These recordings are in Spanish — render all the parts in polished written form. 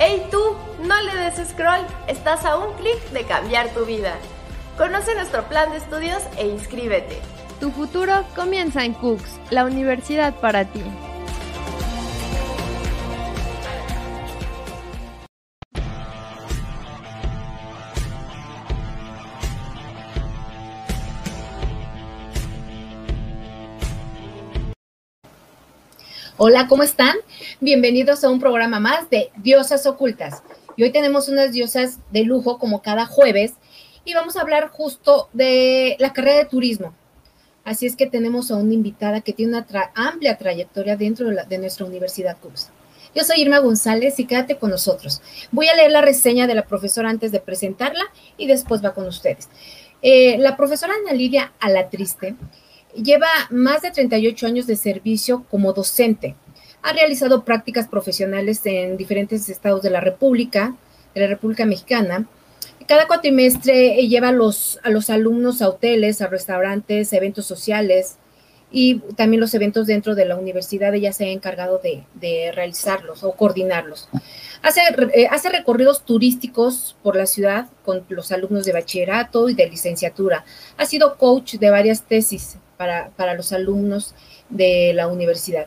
¡Hey tú! No le des scroll, estás a un clic de cambiar tu vida. Conoce nuestro plan de estudios e inscríbete. Tu futuro comienza en Cooks, la universidad para ti. Hola, ¿cómo están? Bienvenidos a un programa más de Diosas Ocultas. Y hoy tenemos unas diosas de lujo como cada jueves y vamos a hablar justo de la carrera de turismo. Así es que tenemos a una invitada que tiene una amplia trayectoria dentro de nuestra Universidad CUCS. Yo soy Irma González y quédate con nosotros. Voy a leer la reseña de la profesora antes de presentarla y después va con ustedes. La profesora Ana Lidia Alatriste lleva más de 38 años de servicio como docente. Ha realizado prácticas profesionales en diferentes estados de la República Mexicana. Cada cuatrimestre lleva a los alumnos a hoteles, a restaurantes, eventos sociales y también los eventos dentro de la universidad. Ella se ha encargado de realizarlos o coordinarlos. Hace recorridos turísticos por la ciudad con los alumnos de bachillerato y de licenciatura. Ha sido coach de varias tesis para los alumnos de la universidad.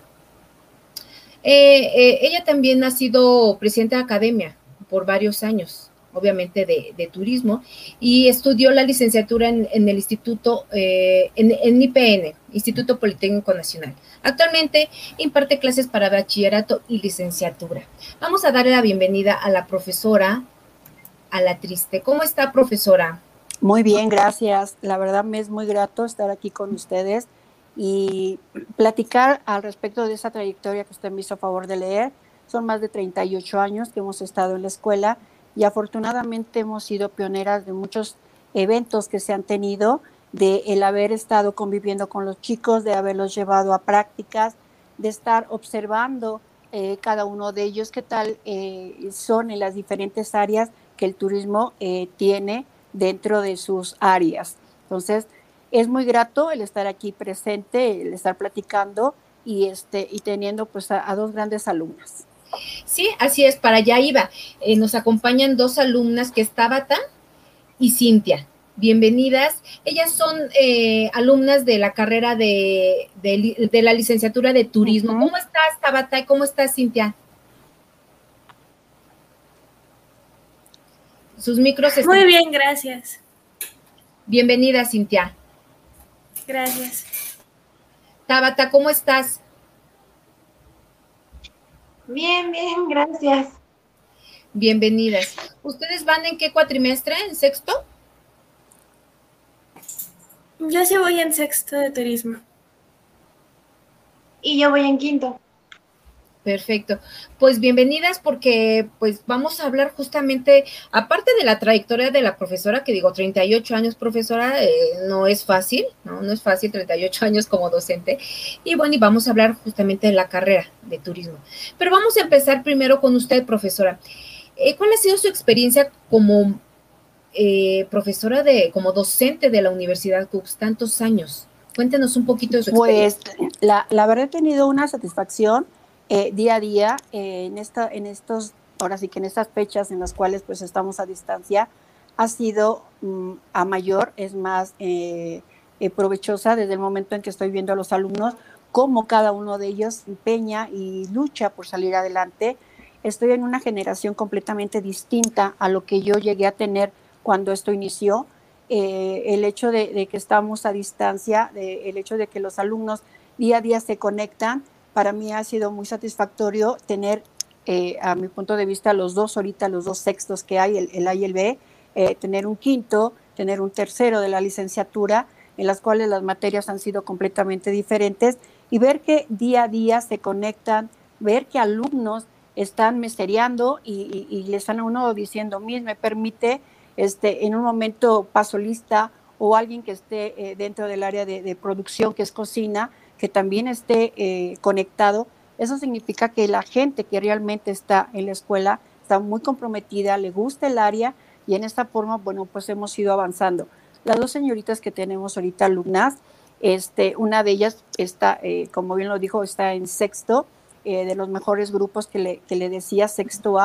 Ella también ha sido presidenta de academia por varios años, obviamente de turismo, y estudió la licenciatura en el instituto, en IPN, Instituto Politécnico Nacional. Actualmente imparte clases para bachillerato y licenciatura. Vamos a darle la bienvenida a la profesora Alatriste. ¿Cómo está, profesora? Muy bien, gracias. La verdad me es muy grato estar aquí con ustedes y platicar al respecto de esa trayectoria que usted me hizo favor de leer. Son más de 38 años que hemos estado en la escuela y afortunadamente hemos sido pioneras de muchos eventos que se han tenido, de el haber estado conviviendo con los chicos, de haberlos llevado a prácticas, de estar observando cada uno de ellos, qué tal son en las diferentes áreas que el turismo tiene dentro de sus áreas. Entonces, es muy grato el estar aquí presente, el estar platicando y teniendo pues a dos grandes alumnas. Sí, así es, para allá iba. Nos acompañan dos alumnas, que es Tabata y Cintia. Bienvenidas. Ellas son alumnas de la carrera de la licenciatura de turismo. Uh-huh. ¿Cómo estás, Tabata, y cómo estás, Cintia? Sus micros están... Muy bien, gracias. Bienvenida, Cintia. Gracias. Tabata, ¿cómo estás? Bien, bien, gracias. Bienvenidas. ¿Ustedes van en qué cuatrimestre? ¿En sexto? Yo sí voy en sexto de turismo. Y yo voy en quinto. Perfecto. Pues bienvenidas, porque pues vamos a hablar justamente, aparte de la trayectoria de la profesora, que digo, 38 años profesora, no es fácil, ¿no? No es fácil, 38 años como docente. Y bueno, y vamos a hablar justamente de la carrera de turismo. Pero vamos a empezar primero con usted, profesora. ¿Cuál ha sido su experiencia como profesora, como docente de la Universidad CUCS, tantos años? Cuéntenos un poquito de su experiencia. Pues la verdad he tenido una satisfacción día a día en estos, ahora sí que en estas fechas en las cuales pues estamos a distancia, ha sido a mayor, es más provechosa desde el momento en que estoy viendo a los alumnos, cómo cada uno de ellos empeña y lucha por salir adelante. Estoy en una generación completamente distinta a lo que yo llegué a tener cuando esto inició. El hecho de que estamos a distancia, el hecho de que los alumnos día a día se conectan, para mí ha sido muy satisfactorio tener, a mi punto de vista, los dos sextos que hay, el A y el B, tener un quinto, tener un tercero de la licenciatura, en las cuales las materias han sido completamente diferentes, y ver que día a día se conectan, ver que alumnos están mesereando y le están a uno diciendo, Miss, me permite en un momento paso lista, o alguien que esté dentro del área de producción, que es cocina, que también esté conectado. Eso significa que la gente que realmente está en la escuela está muy comprometida, le gusta el área, y en esta forma, bueno, pues hemos ido avanzando. Las dos señoritas que tenemos ahorita alumnas, una de ellas está, como bien lo dijo, está en sexto, de los mejores grupos que le decía, sexto A,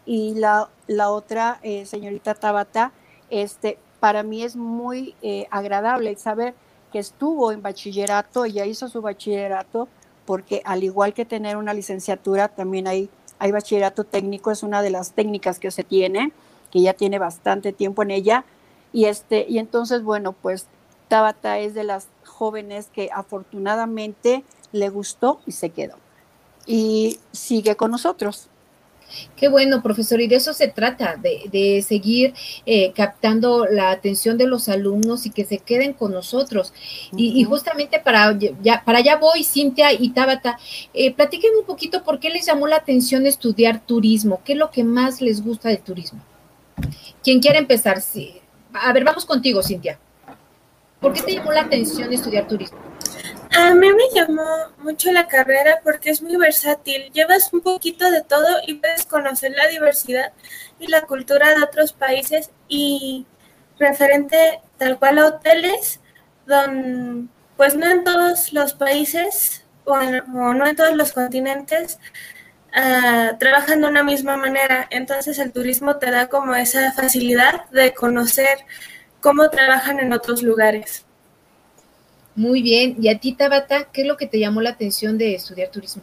Y la otra, señorita Tabata, para mí es muy agradable el saber que estuvo en bachillerato, ella hizo su bachillerato, porque al igual que tener una licenciatura, también hay bachillerato técnico, es una de las técnicas que se tiene, que ya tiene bastante tiempo en ella, y entonces, bueno, pues Tabata es de las jóvenes que afortunadamente le gustó y se quedó. Y sigue con nosotros. Qué bueno, profesor, y de eso se trata, de seguir captando la atención de los alumnos y que se queden con nosotros. Y justamente para allá voy, Cintia y Tabata, platíquenme un poquito por qué les llamó la atención estudiar turismo, qué es lo que más les gusta del turismo. ¿Quién quiere empezar? Sí. A ver, vamos contigo, Cintia. ¿Por qué te llamó la atención estudiar turismo? A mí me llamó mucho la carrera porque es muy versátil. Llevas un poquito de todo y puedes conocer la diversidad y la cultura de otros países, y referente tal cual a hoteles, donde pues no en todos los países o no en todos los continentes trabajan de una misma manera. Entonces el turismo te da como esa facilidad de conocer cómo trabajan en otros lugares. Muy bien. ¿Y a ti, Tabata, qué es lo que te llamó la atención de estudiar turismo?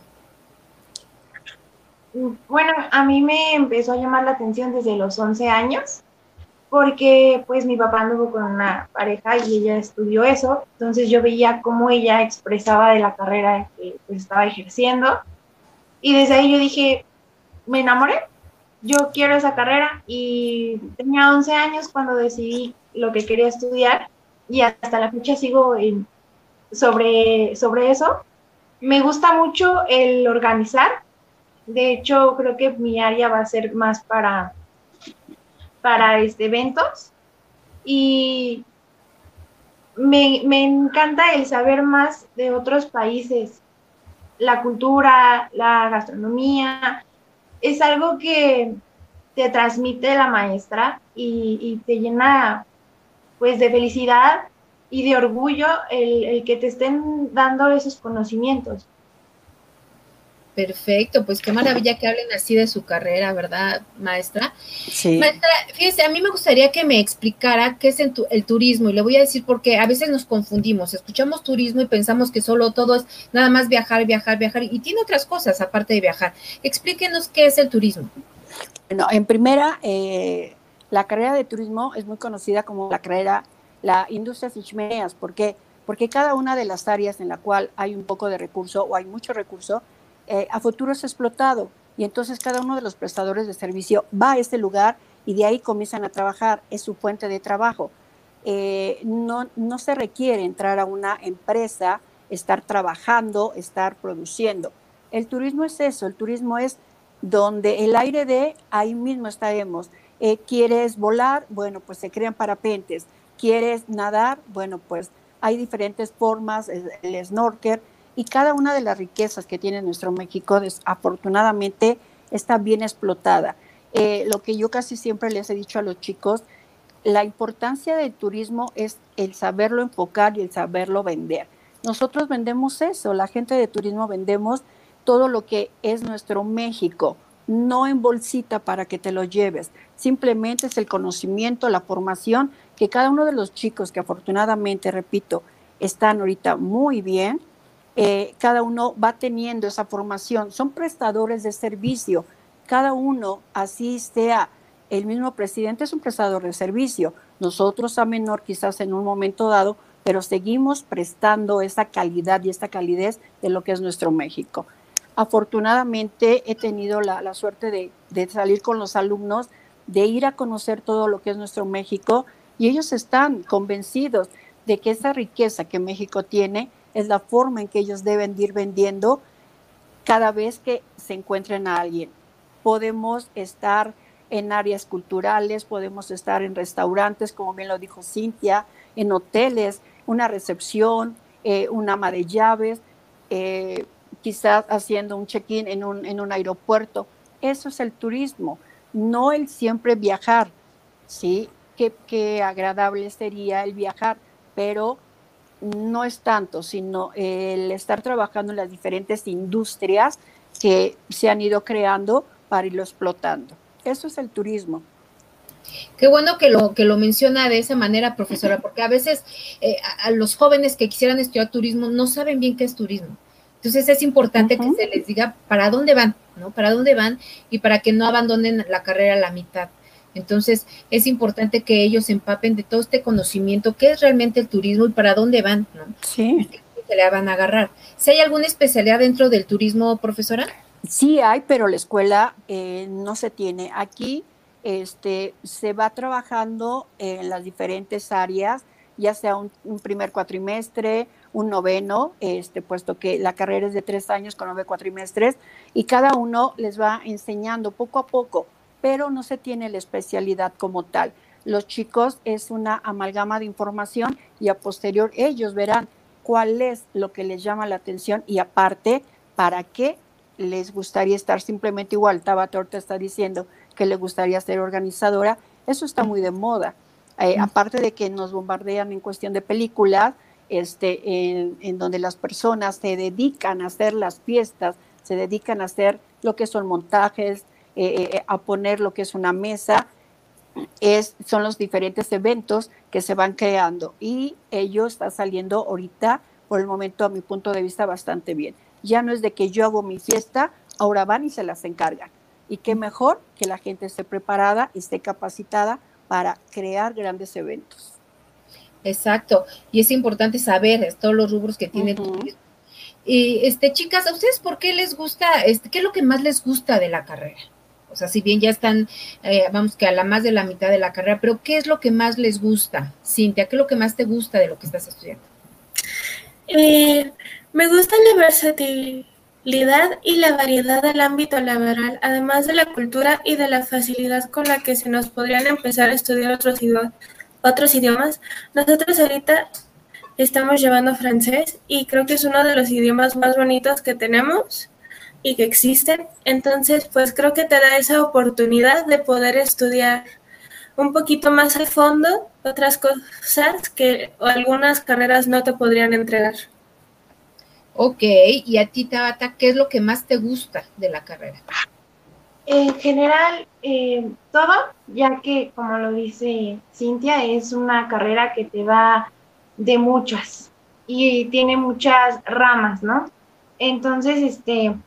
Bueno, a mí me empezó a llamar la atención desde los 11 años, porque pues mi papá anduvo con una pareja y ella estudió eso, entonces yo veía cómo ella expresaba de la carrera que pues, estaba ejerciendo, y desde ahí yo dije, me enamoré, yo quiero esa carrera, y tenía 11 años cuando decidí lo que quería estudiar, y hasta la fecha sigo sobre eso. Me gusta mucho el organizar. De hecho, creo que mi área va a ser más para eventos, y me encanta el saber más de otros países, la cultura, la gastronomía. Es algo que te transmite la maestra y te llena pues de felicidad y de orgullo el que te estén dando esos conocimientos. Perfecto, pues qué maravilla que hablen así de su carrera, ¿verdad, maestra? Sí. Maestra, fíjese, a mí me gustaría que me explicara qué es el turismo, y le voy a decir porque a veces nos confundimos, escuchamos turismo y pensamos que solo todo es nada más viajar, viajar, viajar, y tiene otras cosas aparte de viajar. Explíquenos qué es el turismo. Bueno, en primera, la carrera de turismo es muy conocida como la industria sin chimeneas. ¿Por qué? Porque cada una de las áreas en la cual hay un poco de recurso o hay mucho recurso, a futuro es explotado, y entonces cada uno de los prestadores de servicio va a este lugar y de ahí comienzan a trabajar, es su fuente de trabajo. No se requiere entrar a una empresa, estar trabajando, estar produciendo. El turismo es eso, el turismo es donde el aire ahí mismo estaremos. ¿Quieres volar? Bueno, pues se crean parapentes. ¿Quieres nadar? Bueno, pues hay diferentes formas, el snorkel, y cada una de las riquezas que tiene nuestro México, afortunadamente, está bien explotada. Lo que yo casi siempre les he dicho a los chicos, la importancia del turismo es el saberlo enfocar y el saberlo vender. Nosotros vendemos eso, la gente de turismo vendemos todo lo que es nuestro México, no en bolsita para que te lo lleves, simplemente es el conocimiento, la formación que cada uno de los chicos que afortunadamente, repito, están ahorita muy bien, cada uno va teniendo esa formación, son prestadores de servicio, cada uno, así sea el mismo presidente, es un prestador de servicio, nosotros a menor quizás en un momento dado, pero seguimos prestando esa calidad y esta calidez de lo que es nuestro México. Afortunadamente he tenido la suerte de salir con los alumnos, de ir a conocer todo lo que es nuestro México, y ellos están convencidos de que esa riqueza que México tiene es la forma en que ellos deben de ir vendiendo cada vez que se encuentren a alguien. Podemos estar en áreas culturales, podemos estar en restaurantes, como bien lo dijo Cintia, en hoteles, una recepción, un ama de llaves, quizás haciendo un check-in en un aeropuerto. Eso es el turismo, no el siempre viajar, ¿sí? Qué agradable sería el viajar, pero no es tanto, sino el estar trabajando en las diferentes industrias que se han ido creando para irlo explotando. Eso es el turismo. Qué bueno que lo menciona de esa manera, profesora, porque a veces a los jóvenes que quisieran estudiar turismo no saben bien qué es turismo. Entonces es importante que se les diga para dónde van, ¿no? Para dónde van y para que no abandonen la carrera a la mitad. Entonces es importante que ellos se empapen de todo este conocimiento, qué es realmente el turismo y para dónde van, ¿no? Sí. ¿Qué se van a agarrar? ¿Si hay alguna especialidad dentro del turismo, profesora? Sí hay, pero la escuela no se tiene. Aquí se va trabajando en las diferentes áreas, ya sea un primer cuatrimestre, un noveno, puesto que la carrera es de 3 años con 9 cuatrimestres, y cada uno les va enseñando poco a poco, pero no se tiene la especialidad como tal. Los chicos es una amalgama de información y a posterior ellos verán cuál es lo que les llama la atención y aparte, para qué les gustaría estar simplemente igual. Tabata ahorita está diciendo que le gustaría ser organizadora, eso está muy de moda. Aparte de que nos bombardean en cuestión de películas, en donde las personas se dedican a hacer las fiestas, se dedican a hacer lo que son montajes, a poner lo que es una mesa, son los diferentes eventos que se van creando y ello está saliendo ahorita, por el momento, a mi punto de vista, bastante bien. Ya no es de que yo hago mi fiesta, ahora van y se las encargan. Y qué mejor que la gente esté preparada, esté capacitada para crear grandes eventos. Exacto, y es importante saber todos los rubros que tiene el turismo. Y chicas, ¿a ustedes por qué les gusta, qué es lo que más les gusta de la carrera? O sea, si bien ya están, vamos que a la más de la mitad de la carrera, pero ¿qué es lo que más les gusta? Cintia, ¿qué es lo que más te gusta de lo que estás estudiando? Me gusta la versatilidad y la variedad del ámbito laboral, además de la cultura y de la facilidad con la que se nos podrían empezar a estudiar otros idiomas. Nosotros ahorita estamos llevando francés y creo que es uno de los idiomas más bonitos que tenemos y que existen. Entonces, pues creo que te da esa oportunidad de poder estudiar un poquito más a fondo otras cosas que algunas carreras no te podrían entregar. Ok, y a ti, Tabata, ¿qué es lo que más te gusta de la carrera? En general, todo, ya que, como lo dice Cintia, es una carrera que te da de muchas y tiene muchas ramas, ¿no? Entonces,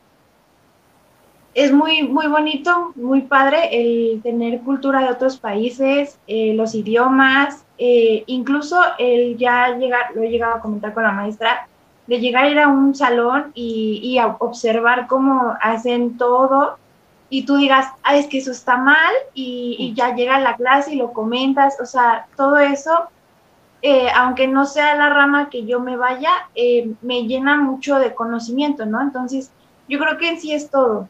es muy, muy bonito, muy padre el tener cultura de otros países, los idiomas, incluso el ya llegar, lo he llegado a comentar con la maestra, de llegar a ir a un salón y a observar cómo hacen todo y tú digas, es que eso está mal y ya llega a la clase y lo comentas, o sea, todo eso, aunque no sea la rama que yo me vaya, me llena mucho de conocimiento, ¿no? Entonces, yo creo que en sí es todo.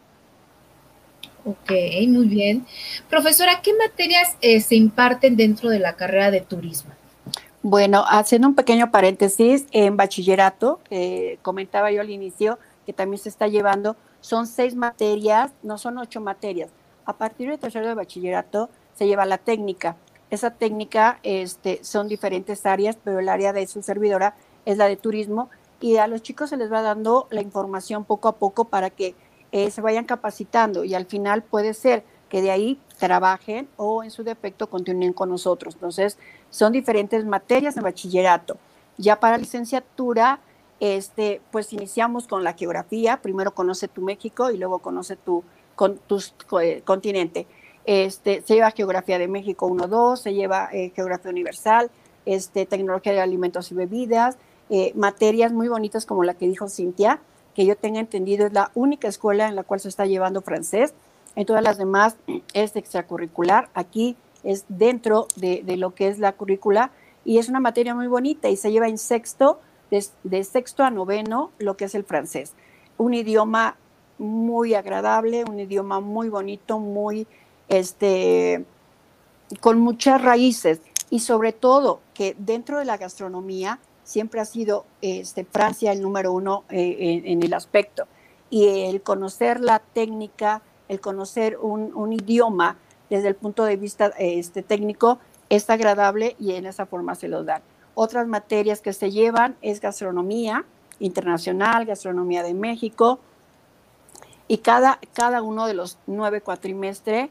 Ok, muy bien. Profesora, ¿qué materias se imparten dentro de la carrera de turismo? Bueno, haciendo un pequeño paréntesis, en bachillerato, comentaba yo al inicio, que también se está llevando, son 6 materias, no son 8 materias. A partir del tercero de bachillerato se lleva la técnica. Esa técnica son diferentes áreas, pero el área de su servidora es la de turismo y a los chicos se les va dando la información poco a poco para que se vayan capacitando y al final puede ser que de ahí trabajen o en su defecto continúen con nosotros. Entonces, son diferentes materias en bachillerato. Ya para licenciatura, pues iniciamos con la geografía, primero conoce tu México y luego conoce tu continente. Se lleva geografía de México 1-2, se lleva geografía universal, tecnología de alimentos y bebidas, materias muy bonitas como la que dijo Cintia, que yo tenga entendido es la única escuela en la cual se está llevando francés. En todas las demás es extracurricular. Aquí es dentro de lo que es la currícula y es una materia muy bonita y se lleva en sexto, de sexto a noveno, lo que es el francés. Un idioma muy agradable, un idioma muy bonito, muy, con muchas raíces y sobre todo que dentro de la gastronomía siempre ha sido Francia el número 1 en el aspecto. Y el conocer la técnica, el conocer un idioma desde el punto de vista técnico es agradable y en esa forma se lo dan. Otras materias que se llevan es gastronomía internacional, gastronomía de México, y cada uno de los 9 cuatrimestres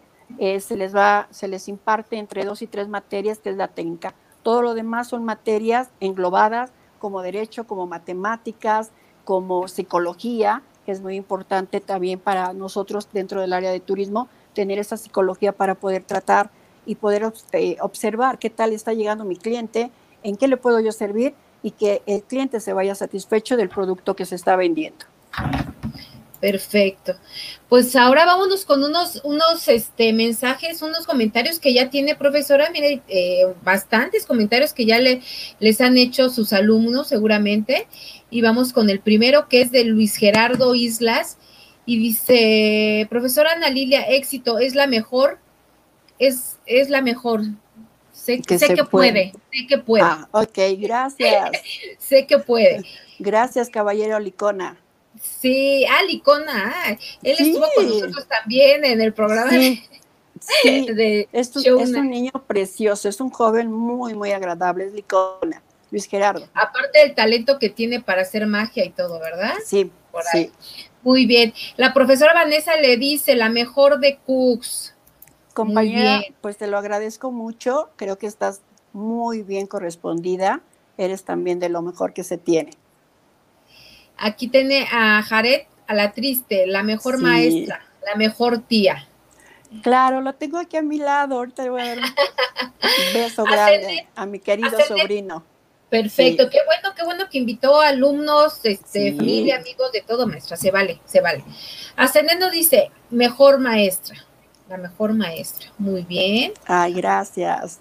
se les imparte entre 2 y 3 materias, que es la técnica. Todo lo demás son materias englobadas como derecho, como matemáticas, como psicología, que es muy importante también para nosotros dentro del área de turismo, tener esa psicología para poder tratar y poder observar qué tal está llegando mi cliente, en qué le puedo yo servir y que el cliente se vaya satisfecho del producto que se está vendiendo. Perfecto. Pues ahora vámonos con unos mensajes, unos comentarios que ya tiene profesora. Mire, bastantes comentarios que ya les han hecho sus alumnos seguramente. Y vamos con el primero, que es de Luis Gerardo Islas. Y dice, profesora Ana Lilia, éxito, es la mejor, es la mejor. Sé que puede. Sé que puede. Ah, ok, gracias. Sé que puede. Gracias, caballero Licona. Sí, Licona, él estuvo con nosotros también en el programa. Sí, es un niño precioso, es un joven muy, muy agradable, es Licona, Luis Gerardo. Aparte del talento que tiene para hacer magia y todo, ¿verdad? Sí, por ahí. Muy bien. La profesora Vanessa le dice, la mejor de Cooks. Compañera, pues te lo agradezco mucho, creo que estás muy bien correspondida, eres también de lo mejor que se tiene. Aquí tiene a Jared, a la triste, la mejor maestra, la mejor tía. Claro, lo tengo aquí a mi lado. Ahorita le voy a dar un beso grande a mi querido sobrino. Perfecto, qué bueno que invitó a alumnos, familia, amigos, de todo, maestra. Se vale. Aceneno dice, mejor maestra, la mejor maestra. Muy bien. Ay, gracias.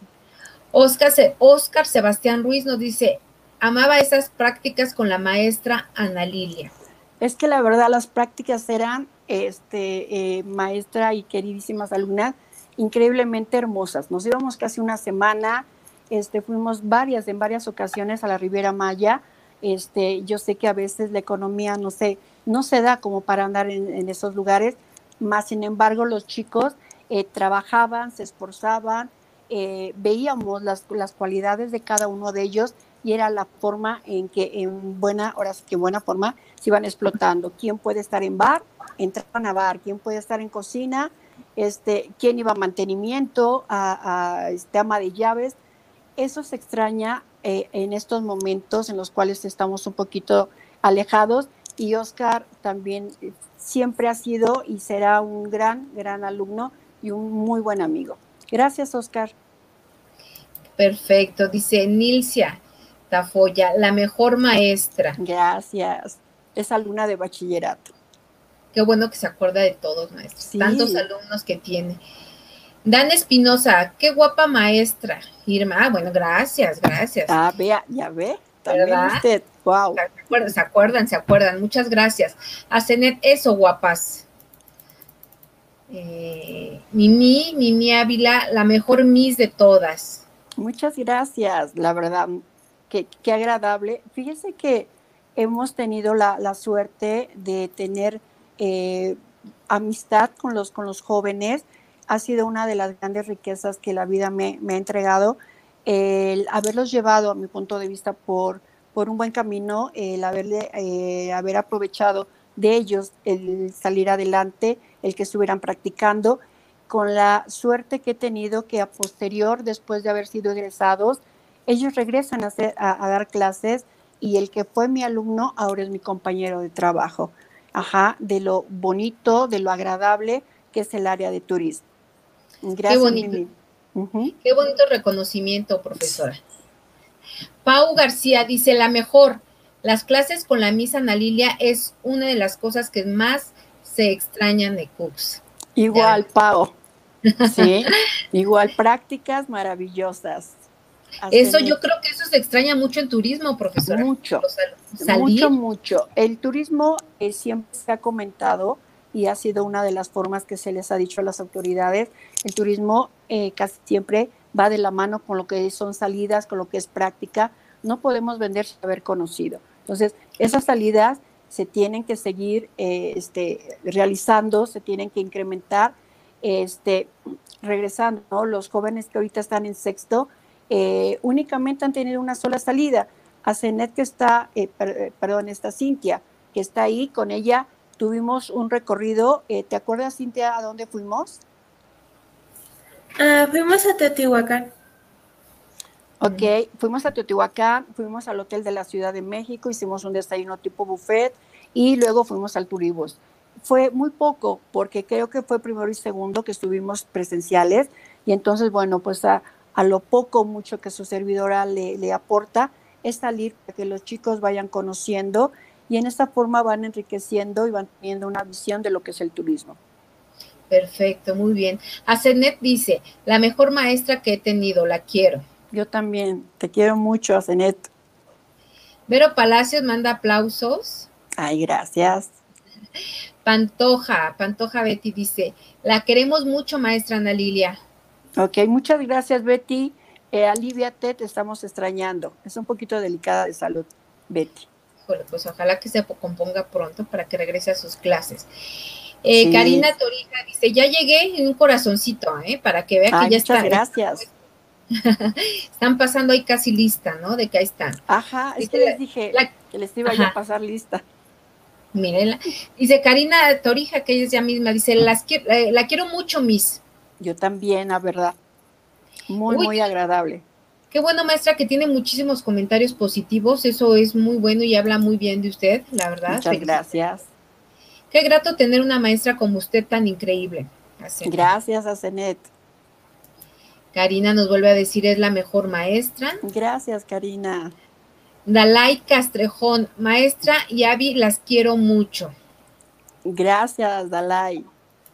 Oscar Sebastián Ruiz nos dice, amaba esas prácticas con la maestra Ana Lilia. Es que la verdad las prácticas eran, maestra y queridísimas alumnas, increíblemente hermosas. Nos íbamos casi una semana, fuimos en varias ocasiones a la Riviera Maya. Yo sé que a veces la economía no se da como para andar en esos lugares, más sin embargo los chicos trabajaban, se esforzaban, veíamos las cualidades de cada uno de ellos y era la forma en que en buena forma se iban explotando. ¿Quién puede estar en bar? Entraban a bar. ¿Quién puede estar en cocina? ¿Quién iba a mantenimiento? Ama de llaves. Eso se extraña en estos momentos en los cuales estamos un poquito alejados, y Oscar también siempre ha sido y será un gran alumno y un muy buen amigo. Gracias, Oscar. Perfecto, dice Nilcia Tafoya, la mejor maestra. Gracias. Es alumna de bachillerato. Qué bueno que se acuerda de todos, maestros. Sí. Tantos alumnos que tiene. Dan Espinosa, qué guapa maestra. Irma, bueno, gracias. Vea, ya ve. También ¿verdad? Usted, wow. Se acuerdan. Muchas gracias. A Zenet, eso, guapas. Mimi Ávila, la mejor Miss de todas. Muchas gracias, la verdad. Qué agradable. Fíjese que hemos tenido la suerte de tener amistad con los jóvenes. Ha sido una de las grandes riquezas que la vida me ha entregado. El haberlos llevado, a mi punto de vista, por un buen camino, el haber aprovechado de ellos, el salir adelante, el que estuvieran practicando, con la suerte que he tenido que a posterior, después de haber sido egresados, ellos regresan a dar clases, y el que fue mi alumno ahora es mi compañero de trabajo. De lo bonito, de lo agradable que es el área de turismo. Gracias, qué bonito. Mimi. Qué bonito reconocimiento, profesora. Pau García dice, la mejor, las clases con la Miss Ana Lilia es una de las cosas que más se extrañan de Cooks. Igual, Pau. Sí, igual, prácticas maravillosas. Eso yo creo que eso se extraña mucho en turismo, profesora. Mucho. El turismo siempre se ha comentado y ha sido una de las formas que se les ha dicho a las autoridades. El turismo casi siempre va de la mano con lo que son salidas, con lo que es práctica. No podemos vender sin haber conocido. Entonces, esas salidas se tienen que seguir realizando, se tienen que incrementar, regresando, ¿no? Los jóvenes que ahorita están en sexto únicamente han tenido una sola salida. A Zenet, que está Cintia, que está ahí, con ella tuvimos un recorrido. ¿Te acuerdas, Cintia, a dónde fuimos? Fuimos a Teotihuacán. Ok, fuimos a Teotihuacán, fuimos al Hotel de la Ciudad de México, hicimos un desayuno tipo buffet y luego fuimos al Turibus. Fue muy poco, porque creo que fue primero y segundo que estuvimos presenciales, y entonces, bueno, pues a lo poco, mucho que su servidora le aporta es salir para que los chicos vayan conociendo, y en esta forma van enriqueciendo y van teniendo una visión de lo que es el turismo. Perfecto, muy bien. Asenet dice, la mejor maestra que he tenido, la quiero. Yo también, te quiero mucho, Asenet. Vero Palacios manda aplausos. Ay, gracias. Pantoja Betty dice, la queremos mucho, maestra Ana Lilia. Ok, muchas gracias, Betty. Aliviate, te estamos extrañando. Es un poquito delicada de salud, Betty. Híjole, pues ojalá que se componga pronto para que regrese a sus clases. Sí. Karina Torija dice, ya llegué en un corazoncito, para que vea que ya está. Muchas gracias. Están pasando ahí casi lista, ¿no? De que ahí están. Ajá, es que les dije que les iba yo a pasar lista. Mírenla. Dice Karina Torija, que ella es ella misma, dice, la quiero mucho, Miss. Yo también, la verdad. Muy agradable. Qué bueno, maestra, que tiene muchísimos comentarios positivos. Eso es muy bueno y habla muy bien de usted, la verdad. Muchas gracias. Qué grato tener una maestra como usted tan increíble. Asenet. Gracias, Asenet. Karina nos vuelve a decir, es la mejor maestra. Gracias, Karina. Dalai Castrejón, maestra y Abby, las quiero mucho. Gracias, Dalai.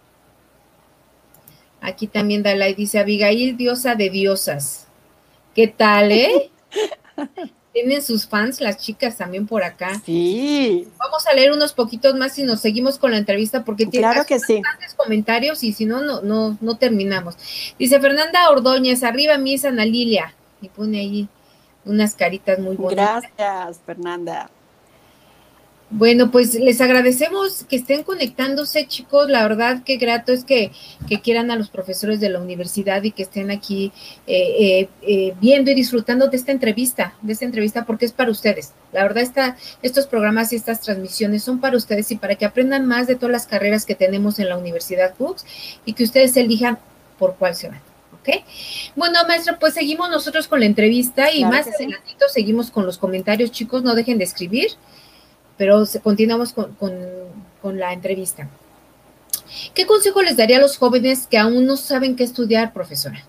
Aquí también Dalai dice, Abigail, diosa de diosas. ¿Qué tal, Tienen sus fans las chicas también por acá. Sí. Vamos a leer unos poquitos más y nos seguimos con la entrevista porque tiene bastantes comentarios y si no, no terminamos. Dice Fernanda Ordóñez, arriba Miss Ana Lilia. Y pone ahí unas caritas muy bonitas. Gracias, Fernanda. Bueno, pues les agradecemos que estén conectándose, chicos. La verdad, qué grato es que quieran a los profesores de la universidad y que estén aquí viendo y disfrutando de esta entrevista, porque es para ustedes. La verdad, estos programas y estas transmisiones son para ustedes y para que aprendan más de todas las carreras que tenemos en la Universidad Cooks y que ustedes elijan por cuál se van. ¿Okay? Bueno, maestra, pues seguimos nosotros con la entrevista y más adelantito seguimos con los comentarios, chicos. No dejen de escribir. Pero continuamos con la entrevista. ¿Qué consejo les daría a los jóvenes que aún no saben qué estudiar, profesora?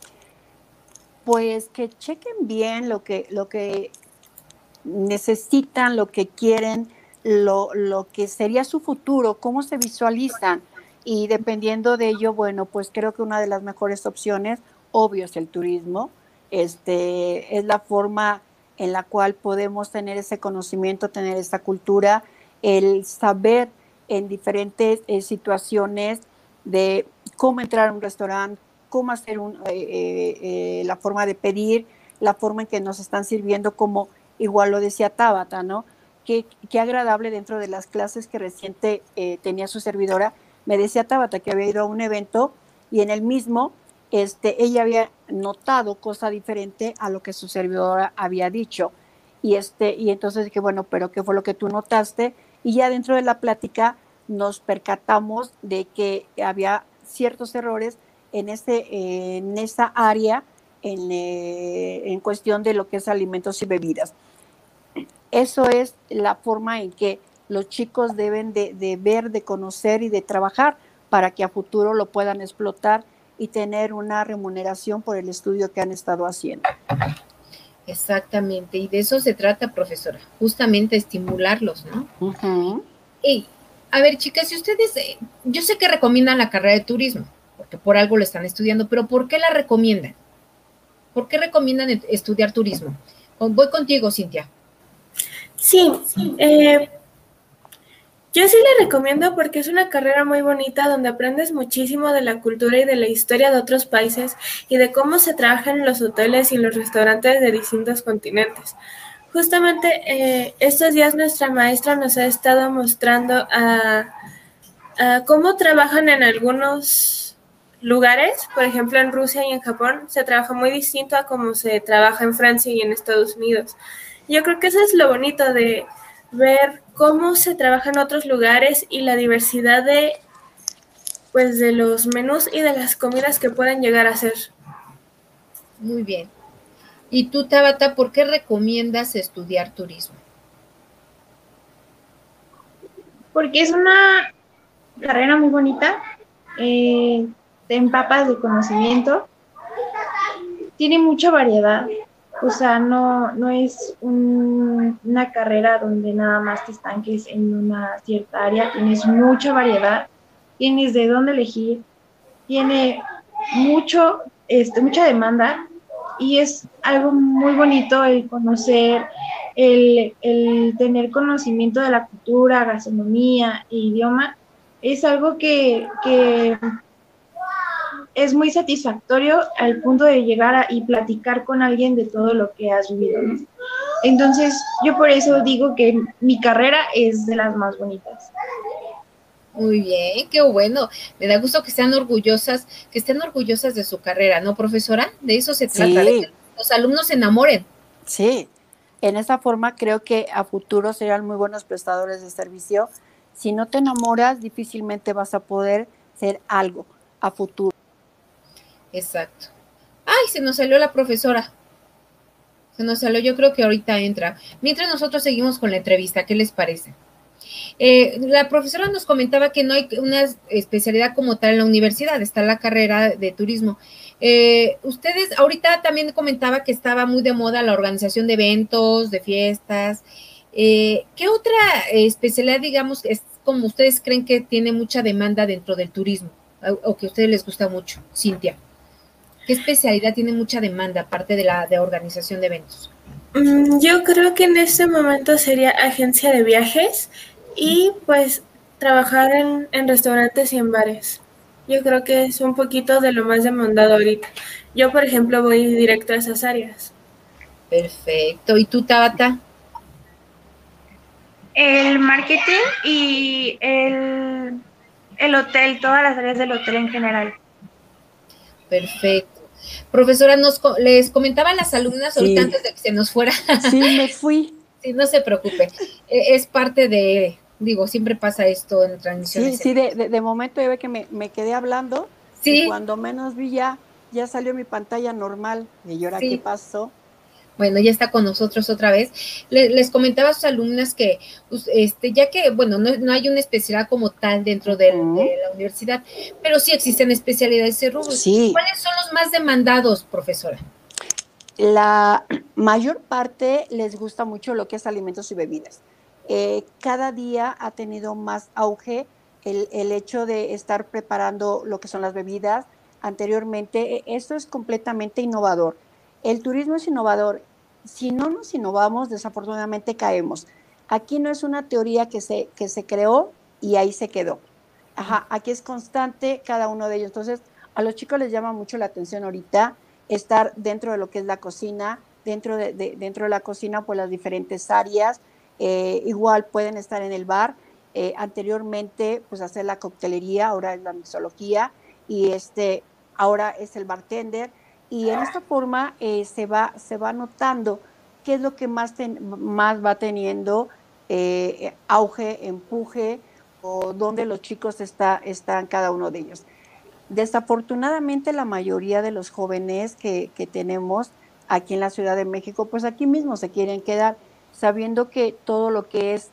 Pues que chequen bien lo que necesitan, lo que quieren, lo que sería su futuro, cómo se visualizan. Y dependiendo de ello, bueno, pues creo que una de las mejores opciones, obvio, es el turismo. Es la forma en la cual podemos tener ese conocimiento, tener esa cultura, el saber en diferentes situaciones de cómo entrar a un restaurante, cómo hacer la forma de pedir, la forma en que nos están sirviendo, como igual lo decía Tabata, ¿no? Qué agradable dentro de las clases que reciente tenía su servidora. Me decía Tabata que había ido a un evento y en el mismo ella había notado cosa diferente a lo que su servidora había dicho. Y entonces dije, bueno, pero ¿qué fue lo que tú notaste? Y ya dentro de la plática nos percatamos de que había ciertos errores en esa área en cuestión de lo que es alimentos y bebidas. Eso es la forma en que los chicos deben de ver, de conocer y de trabajar para que a futuro lo puedan explotar y tener una remuneración por el estudio que han estado haciendo. Exactamente, y de eso se trata, profesora, justamente estimularlos, ¿no? Uh-huh. Y, a ver, chicas, si ustedes, yo sé que recomiendan la carrera de turismo, porque por algo la están estudiando, pero ¿por qué la recomiendan? ¿Por qué recomiendan estudiar turismo? Voy contigo, Cintia. Sí, yo sí la recomiendo porque es una carrera muy bonita donde aprendes muchísimo de la cultura y de la historia de otros países y de cómo se trabaja en los hoteles y en los restaurantes de distintos continentes. Justamente estos días nuestra maestra nos ha estado mostrando a cómo trabajan en algunos lugares, por ejemplo en Rusia y en Japón, se trabaja muy distinto a cómo se trabaja en Francia y en Estados Unidos. Yo creo que eso es lo bonito de ver cómo se trabaja en otros lugares y la diversidad de los menús y de las comidas que pueden llegar a ser. Muy bien. ¿Y tú, Tabata, por qué recomiendas estudiar turismo? Porque es una carrera muy bonita, te empapas de conocimiento, tiene mucha variedad, o sea, no es una carrera donde nada más te estanques en una cierta área, tienes mucha variedad, tienes de dónde elegir, tiene mucha demanda y es algo muy bonito el conocer, el tener conocimiento de la cultura, gastronomía e idioma, es algo que es muy satisfactorio al punto de llegar y platicar con alguien de todo lo que has vivido, ¿no? Entonces, yo por eso digo que mi carrera es de las más bonitas. Muy bien, qué bueno. Me da gusto que estén orgullosas de su carrera, ¿no, profesora? De eso se trata, de que los alumnos se enamoren. Sí, en esa forma creo que a futuro serán muy buenos prestadores de servicio. Si no te enamoras, difícilmente vas a poder ser algo a futuro. Exacto. Ay, se nos salió la profesora. Se nos salió, yo creo que ahorita entra. Mientras nosotros seguimos con la entrevista, ¿qué les parece? La profesora nos comentaba que no hay una especialidad como tal en la universidad, está la carrera de turismo. Ustedes, ahorita también comentaba que estaba muy de moda la organización de eventos, de fiestas. ¿Qué otra especialidad, digamos, es como ustedes creen que tiene mucha demanda dentro del turismo o que a ustedes les gusta mucho? Cintia, ¿qué especialidad tiene mucha demanda aparte de la de organización de eventos? Yo creo que en este momento sería agencia de viajes y pues trabajar en restaurantes y en bares. Yo creo que es un poquito de lo más demandado ahorita. Yo, por ejemplo, voy directo a esas áreas. Perfecto. ¿Y tú, Tabata? El marketing y el hotel, todas las áreas del hotel en general. Perfecto. Profesora, les comentaban las alumnas ahorita antes de que se nos fuera. Sí, me fui. Sí, no se preocupe. Es parte de, digo, siempre pasa esto en transmisiones. Sí, de momento yo ve que me quedé hablando. Sí. Y cuando menos vi ya salió mi pantalla normal. ¿Y ahora qué pasó? Bueno, ya está con nosotros otra vez. Les comentaba a sus alumnas que, ya que, bueno, no hay una especialidad como tal dentro de la universidad, pero sí existen especialidades de rubro. Sí. ¿Cuáles son los más demandados, profesora? La mayor parte les gusta mucho lo que es alimentos y bebidas. Cada día ha tenido más auge el hecho de estar preparando lo que son las bebidas. Anteriormente, esto es completamente innovador. El turismo es innovador. Si no nos innovamos, desafortunadamente caemos. Aquí no es una teoría que se creó y ahí se quedó. Ajá, aquí es constante cada uno de ellos. Entonces, a los chicos les llama mucho la atención ahorita estar dentro de lo que es la cocina, dentro de la cocina, pues las diferentes áreas. Igual pueden estar en el bar. Anteriormente, pues hacer la coctelería, ahora es la mixología y ahora es el bartender. Y en esta forma se va notando qué es lo que más va teniendo auge, empuje, o dónde los chicos están cada uno de ellos. Desafortunadamente, la mayoría de los jóvenes que tenemos aquí en la Ciudad de México, pues aquí mismo se quieren quedar, sabiendo que todo lo que es,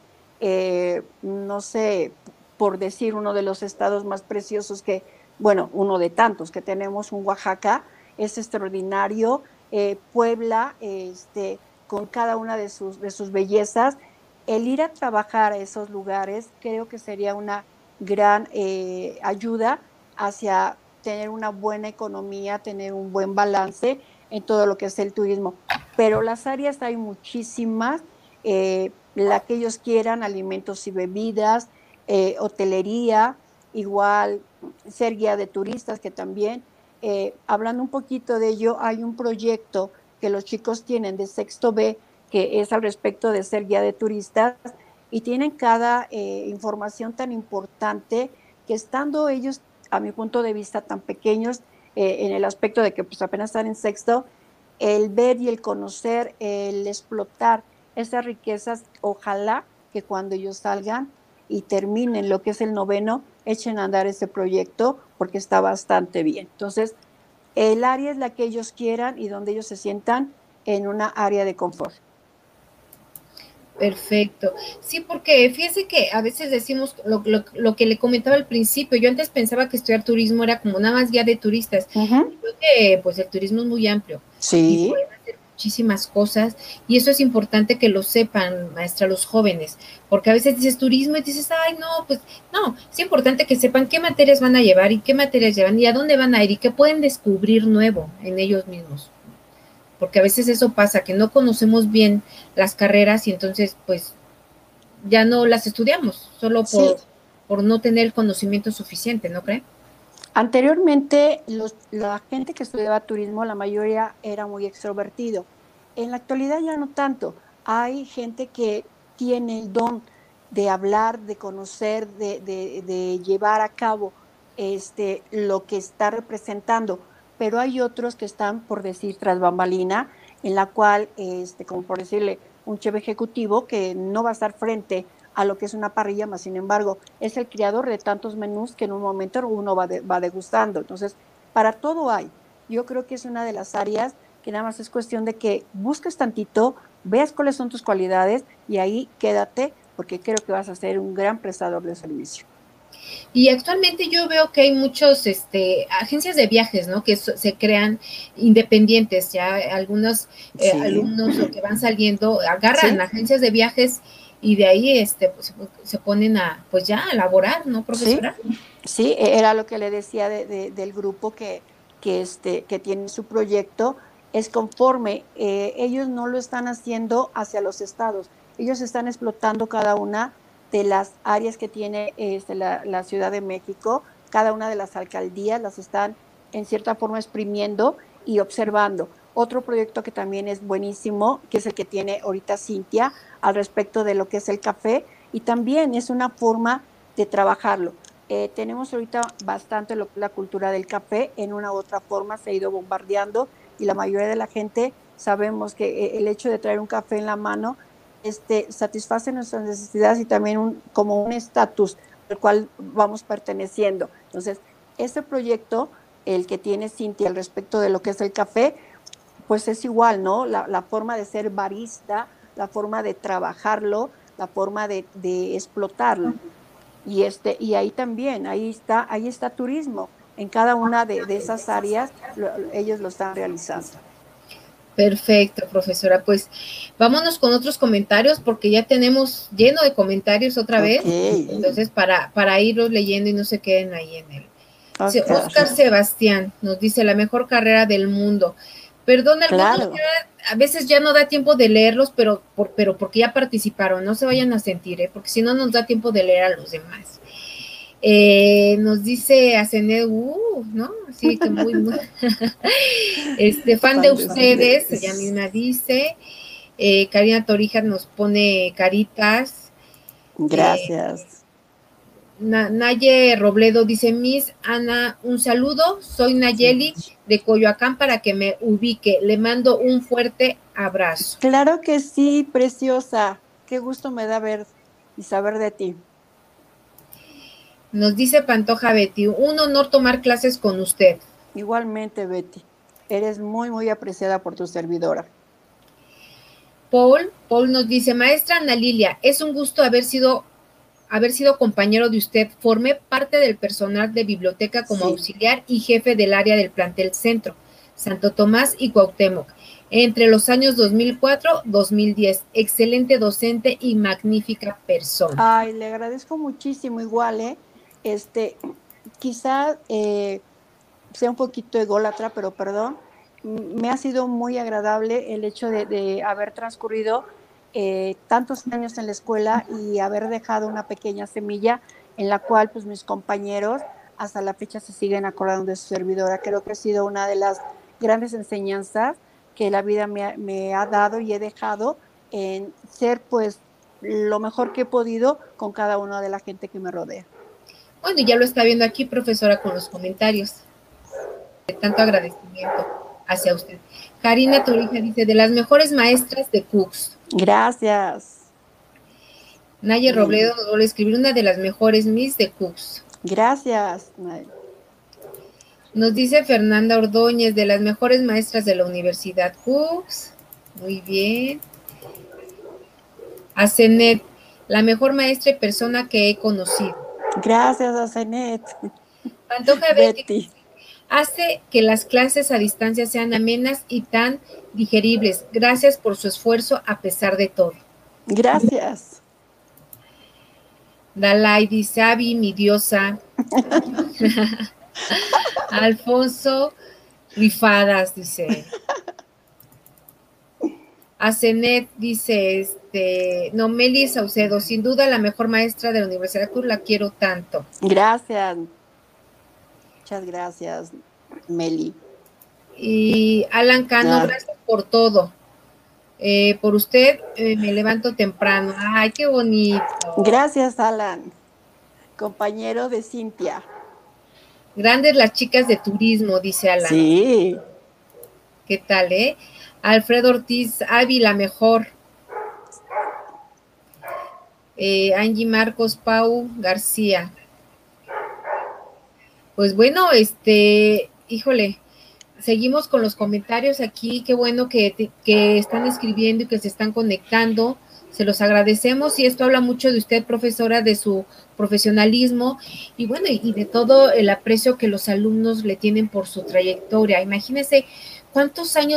no sé, por decir uno de los estados más preciosos que, bueno, uno de tantos que tenemos, un Oaxaca, es extraordinario. Puebla, con cada una de sus bellezas, el ir a trabajar a esos lugares creo que sería una gran ayuda hacia tener una buena economía, tener un buen balance en todo lo que es el turismo. Pero las áreas hay muchísimas, la que ellos quieran, alimentos y bebidas, hotelería, igual ser guía de turistas, que también, hablando un poquito de ello, hay un proyecto que los chicos tienen de sexto B, que es al respecto de ser guía de turistas, y tienen cada información tan importante que estando ellos, a mi punto de vista, tan pequeños, en el aspecto de que pues apenas están en sexto, el ver y el conocer, el explotar esas riquezas, ojalá que cuando ellos salgan y terminen lo que es el noveno, echen a andar ese proyecto porque está bastante bien. Entonces, el área es la que ellos quieran y donde ellos se sientan en una área de confort. Perfecto. Sí, porque fíjese que a veces decimos lo que le comentaba al principio. Yo antes pensaba que estudiar turismo era como nada más guía de turistas. Creo que pues el turismo es muy amplio. Sí. Y pueden hacer muchísimas cosas y eso es importante que lo sepan, maestra, los jóvenes, porque a veces dices turismo y dices, ay, no, pues no, es importante que sepan qué materias van a llevar y qué materias llevan y a dónde van a ir y qué pueden descubrir nuevo en ellos mismos. Porque a veces eso pasa, que no conocemos bien las carreras y entonces pues ya no las estudiamos, solo por no tener el conocimiento suficiente, ¿no cree? Anteriormente, la gente que estudiaba turismo, la mayoría era muy extrovertido. En la actualidad ya no tanto. Hay gente que tiene el don de hablar, de conocer, de llevar a cabo lo que está representando, pero hay otros que están, por decir, tras bambalina, en la cual, como por decirle, un chef ejecutivo que no va a estar frente a lo que es una parrilla, más sin embargo, es el creador de tantos menús que en un momento uno va degustando. Entonces, para todo hay. Yo creo que es una de las áreas que nada más es cuestión de que busques tantito, veas cuáles son tus cualidades y ahí quédate, porque creo que vas a ser un gran prestador de servicio. Y actualmente yo veo que hay muchos agencias de viajes, ¿no? Que se crean independientes, ya algunos alumnos o que van saliendo agarran agencias de viajes y de ahí pues, se ponen a pues ya a laborar, ¿no, profesora? Sí, era lo que le decía del grupo que tiene su proyecto, es conforme, ellos no lo están haciendo hacia los estados, ellos están explotando cada una de las áreas que tiene la Ciudad de México, cada una de las alcaldías las están en cierta forma exprimiendo y observando. Otro proyecto que también es buenísimo, que es el que tiene ahorita Cintia, al respecto de lo que es el café, y también es una forma de trabajarlo. Tenemos ahorita bastante la cultura del café, en una u otra forma se ha ido bombardeando y la mayoría de la gente sabemos que el hecho de traer un café en la mano satisface nuestras necesidades y también como un estatus al cual vamos perteneciendo. Entonces, este proyecto, el que tiene Cintia al respecto de lo que es el café, pues es igual, ¿no? La forma de ser barista, la forma de trabajarlo, la forma de explotarlo. Y ahí también, ahí está turismo. En cada una de esas áreas ellos lo están realizando. Perfecto, profesora. Pues vámonos con otros comentarios porque ya tenemos lleno de comentarios otra vez. Entonces, para irlos leyendo y no se queden ahí en el... Oscar Sebastián nos dice, la mejor carrera del mundo. Perdón, algunos a veces ya no da tiempo de leerlos, pero porque ya participaron. No se vayan a sentir, porque si no nos da tiempo de leer a los demás. Nos dice Asened, ¿no? Sí, que muy fan de ustedes, ella misma dice. Karina Torija nos pone caritas. Gracias. Naye Robledo dice, Miss Ana, un saludo, soy Nayeli de Coyoacán para que me ubique, le mando un fuerte abrazo. Claro que sí, preciosa, qué gusto me da ver y saber de ti. Nos dice Pantoja Betty, un honor tomar clases con usted. Igualmente, Betty, eres muy, muy apreciada por tu servidora. Paul nos dice, maestra Ana Lilia, es un gusto haber sido compañero de usted. Formé parte del personal de biblioteca como auxiliar y jefe del área del plantel Centro, Santo Tomás y Cuauhtémoc, entre los años 2004-2010. Excelente docente y magnífica persona. Ay, le agradezco muchísimo, igual, quizá sea un poquito ególatra, pero perdón, me ha sido muy agradable el hecho de haber transcurrido tantos años en la escuela y haber dejado una pequeña semilla en la cual pues mis compañeros hasta la fecha se siguen acordando de su servidora. Creo que ha sido una de las grandes enseñanzas que la vida me ha dado y he dejado en ser pues lo mejor que he podido con cada una de la gente que me rodea. Bueno, ya lo está viendo aquí, profesora, con los comentarios. De tanto agradecimiento hacia usted. Karina Torija dice, de las mejores maestras de Cooks. Gracias. Naye Robledo nos vuelve a escribir, una de las mejores Miss de Cooks. Gracias, Naye. Nos dice Fernanda Ordóñez, de las mejores maestras de la Universidad Cooks. Muy bien. Asenet, la mejor maestra y persona que he conocido. Gracias, Asenet. Pantoja Betty hace que las clases a distancia sean amenas y tan digeribles. Gracias por su esfuerzo a pesar de todo. Gracias. Dalai dice, Abby, mi diosa. Alfonso Rifadas dice. Asenet dice, Meli Saucedo, sin duda la mejor maestra de la Universidad de Cruz, la quiero tanto. Gracias. Muchas gracias, Meli. Y Alan Cano, gracias por todo. Por usted me levanto temprano. Ay, qué bonito. Gracias, Alan. Compañero de Cintia. Grandes las chicas de turismo, dice Alan. Sí. ¿Qué tal, Alfredo Ortiz, Avi, la mejor. Angie Marcos, Pau García. Pues bueno, híjole, seguimos con los comentarios aquí. Qué bueno que están escribiendo y que se están conectando. Se los agradecemos y esto habla mucho de usted, profesora, de su profesionalismo y bueno, y de todo el aprecio que los alumnos le tienen por su trayectoria. Imagínense cuántos años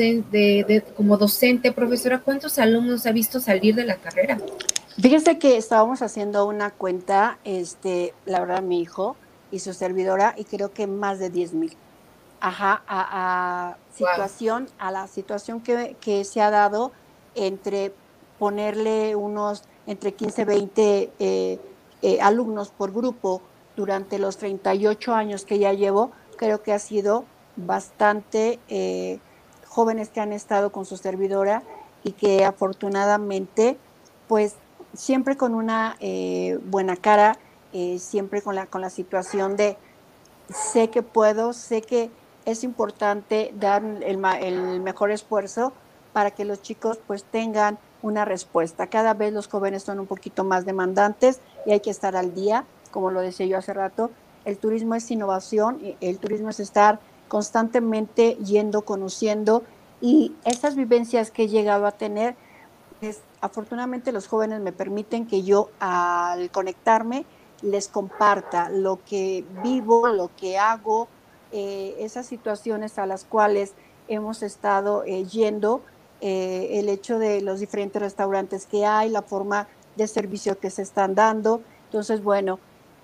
como docente, profesora, cuántos alumnos ha visto salir de la carrera. Fíjese que estábamos haciendo una cuenta, la verdad, mi hijo y su servidora, y creo que más de 10,000. Ajá, a la situación que se ha dado entre ponerle entre 15 y 20 alumnos por grupo durante los 38 años que ya llevo, creo que ha sido bastante jóvenes que han estado con su servidora y que afortunadamente, pues siempre con una buena cara, siempre con la situación de sé que puedo, sé que es importante dar el mejor esfuerzo para que los chicos pues tengan una respuesta. Cada vez los jóvenes son un poquito más demandantes y hay que estar al día, como lo decía yo hace rato. El turismo es innovación, el turismo es estar constantemente yendo, conociendo, y esas vivencias que he llegado a tener, pues afortunadamente los jóvenes me permiten que yo al conectarme les comparta lo que vivo, lo que hago, esas situaciones a las cuales hemos estado yendo, el hecho de los diferentes restaurantes que hay, la forma de servicio que se están dando. Entonces, bueno,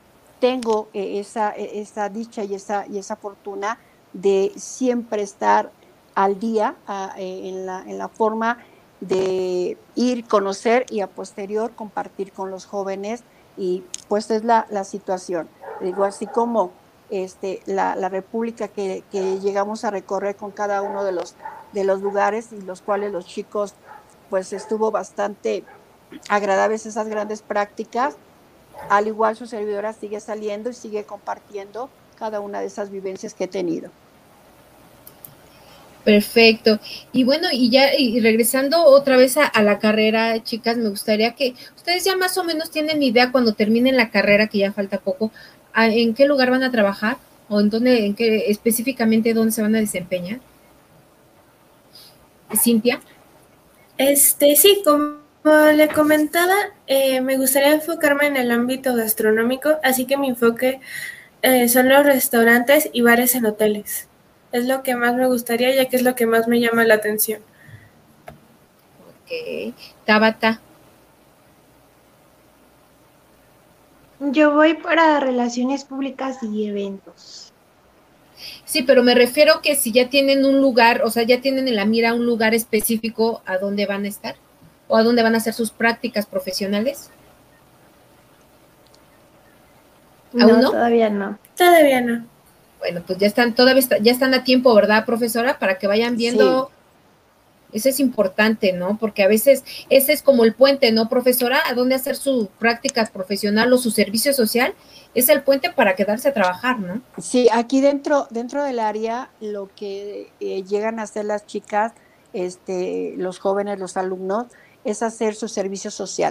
tengo esa dicha y esa fortuna de siempre estar al día en la forma de ir, conocer y a posterior compartir con los jóvenes, y pues es la situación. Digo, así como la República que llegamos a recorrer con cada uno de los lugares, y los cuales los chicos pues estuvo bastante agradables esas grandes prácticas, al igual su servidora sigue saliendo y sigue compartiendo cada una de esas vivencias que he tenido. Perfecto. Y bueno, y regresando otra vez a la carrera, chicas, me gustaría que ustedes ya más o menos tienen idea cuando terminen la carrera, que ya falta poco, en qué lugar van a trabajar o en qué específicamente dónde se van a desempeñar. ¿Cintia? Sí, como le comentaba, me gustaría enfocarme en el ámbito gastronómico, así que mi enfoque son los restaurantes y bares en hoteles. Es lo que más me gustaría, ya que es lo que más me llama la atención. Ok. Tabata. Yo voy para relaciones públicas y eventos. Sí, pero me refiero que si ya tienen un lugar, o sea, ya tienen en la mira un lugar específico a dónde van a estar o a dónde van a hacer sus prácticas profesionales. ¿Aún no? Todavía no. Todavía no. Bueno, pues ya están a tiempo, ¿verdad, profesora? Para que vayan viendo. Sí. Eso es importante, ¿no? Porque a veces ese es como el puente, ¿no, profesora? A dónde hacer su práctica profesional o su servicio social, es el puente para quedarse a trabajar, ¿no? Sí, aquí dentro del área, lo que llegan a hacer las chicas, los jóvenes, los alumnos, es hacer su servicio social.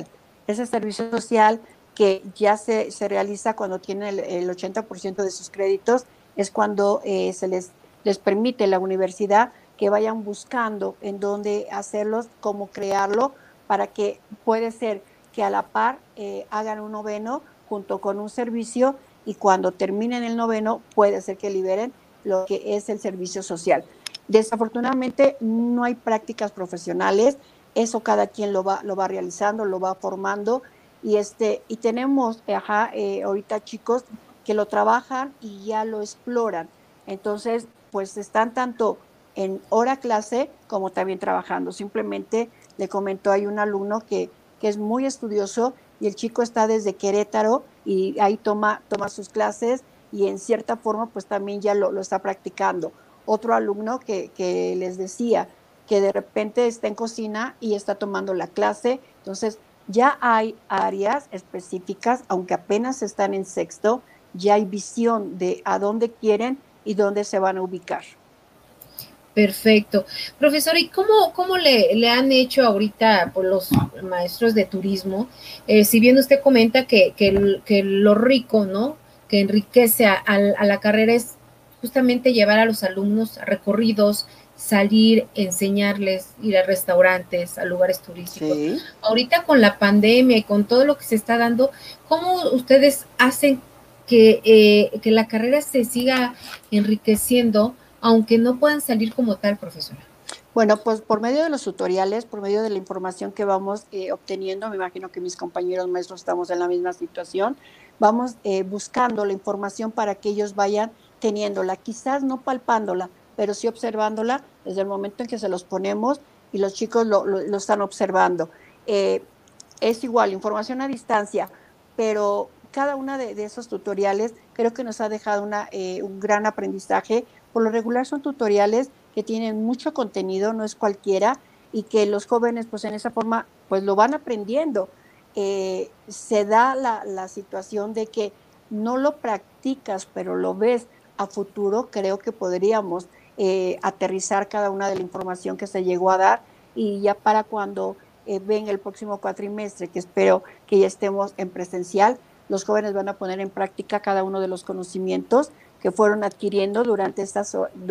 ese servicio social que ya se realiza cuando tienen el 80% de sus créditos, es cuando les permite la universidad que vayan buscando en dónde hacerlos, cómo crearlo, para que puede ser que a la par hagan un noveno junto con un servicio, y cuando terminen el noveno puede ser que liberen lo que es el servicio social. Desafortunadamente no hay prácticas profesionales, eso cada quien lo va realizando, lo va formando, y tenemos ahorita chicos que lo trabajan y ya lo exploran. Entonces, pues están tanto en hora clase como también trabajando. Simplemente le comento, hay un alumno que es muy estudioso, y el chico está desde Querétaro y ahí toma sus clases, y en cierta forma pues también ya lo está practicando. Otro alumno que les decía que de repente está en cocina y está tomando la clase. Entonces ya hay áreas específicas, aunque apenas están en sexto, ya hay visión de a dónde quieren y dónde se van a ubicar. Perfecto. Profesora, ¿y cómo le han hecho ahorita por los maestros de turismo? Si bien usted comenta que lo rico, ¿no?, que enriquece a la carrera es justamente llevar a los alumnos a recorridos, salir, enseñarles, ir a restaurantes, a lugares turísticos. Sí. Ahorita con la pandemia y con todo lo que se está dando, ¿cómo ustedes hacen que la carrera se siga enriqueciendo, aunque no puedan salir como tal, profesora? Bueno, pues por medio de los tutoriales, por medio de la información que vamos obteniendo, me imagino que mis compañeros maestros estamos en la misma situación, vamos buscando la información para que ellos vayan teniéndola, quizás no palpándola, pero sí observándola desde el momento en que se los ponemos y los chicos lo están observando. Es igual, información a distancia, pero cada una de esos tutoriales creo que nos ha dejado un gran aprendizaje. Por lo regular son tutoriales que tienen mucho contenido, no es cualquiera, y que los jóvenes pues en esa forma pues lo van aprendiendo. Se da la situación de que no lo practicas, pero lo ves a futuro. Creo que podríamos aterrizar cada una de la información que se llegó a dar, y ya para cuando venga el próximo cuatrimestre, que espero que ya estemos en presencial, los jóvenes van a poner en práctica cada uno de los conocimientos que fueron adquiriendo durante estas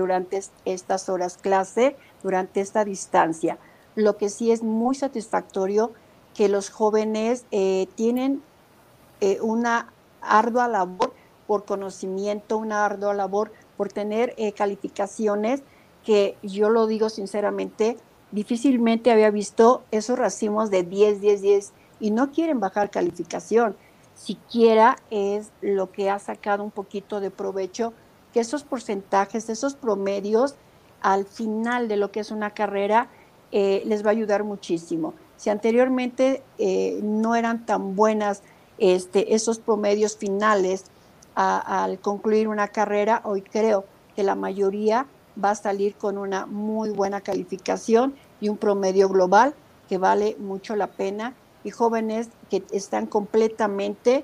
horas clase, durante esta distancia. Lo que sí es muy satisfactorio, que los jóvenes tienen una ardua labor por conocimiento, una ardua labor por tener calificaciones que, yo lo digo sinceramente, difícilmente había visto esos racimos de 10, 10, 10, y no quieren bajar calificación. Siquiera es lo que ha sacado un poquito de provecho, que esos porcentajes, esos promedios, al final de lo que es una carrera, les va a ayudar muchísimo. Si anteriormente no eran tan buenas esos promedios finales al concluir una carrera, hoy creo que la mayoría va a salir con una muy buena calificación y un promedio global que vale mucho la pena, y jóvenes que están completamente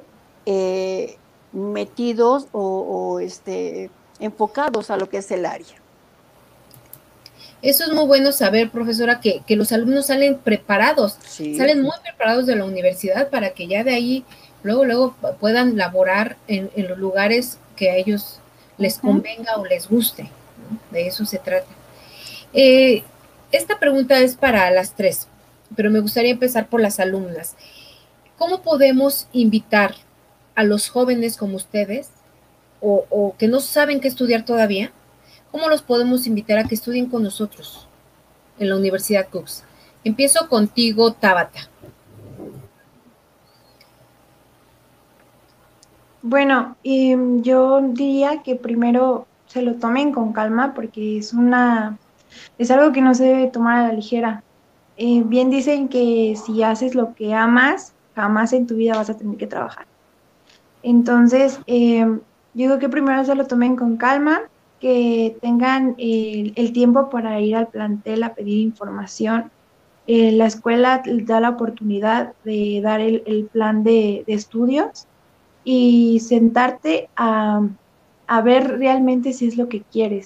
metidos o enfocados a lo que es el área. Eso es muy bueno saber, profesora, que los alumnos salen preparados, sí, salen muy preparados de la universidad para que ya de ahí luego puedan laborar en los lugares que a ellos les convenga o les guste, ¿no? De eso se trata. Esta pregunta es para las tres, pero me gustaría empezar por las alumnas. ¿Cómo podemos invitar a los jóvenes como ustedes o que no saben qué estudiar todavía? ¿Cómo los podemos invitar a que estudien con nosotros en la Universidad Cooks? Empiezo contigo, Tabata. Bueno, yo diría que primero se lo tomen con calma, porque es algo que no se debe tomar a la ligera. Bien dicen que si haces lo que amas, jamás en tu vida vas a tener que trabajar. Entonces, yo digo que primero se lo tomen con calma, que tengan el tiempo para ir al plantel a pedir información. La escuela da la oportunidad de dar el plan de estudios y sentarte a ver realmente si es lo que quieres.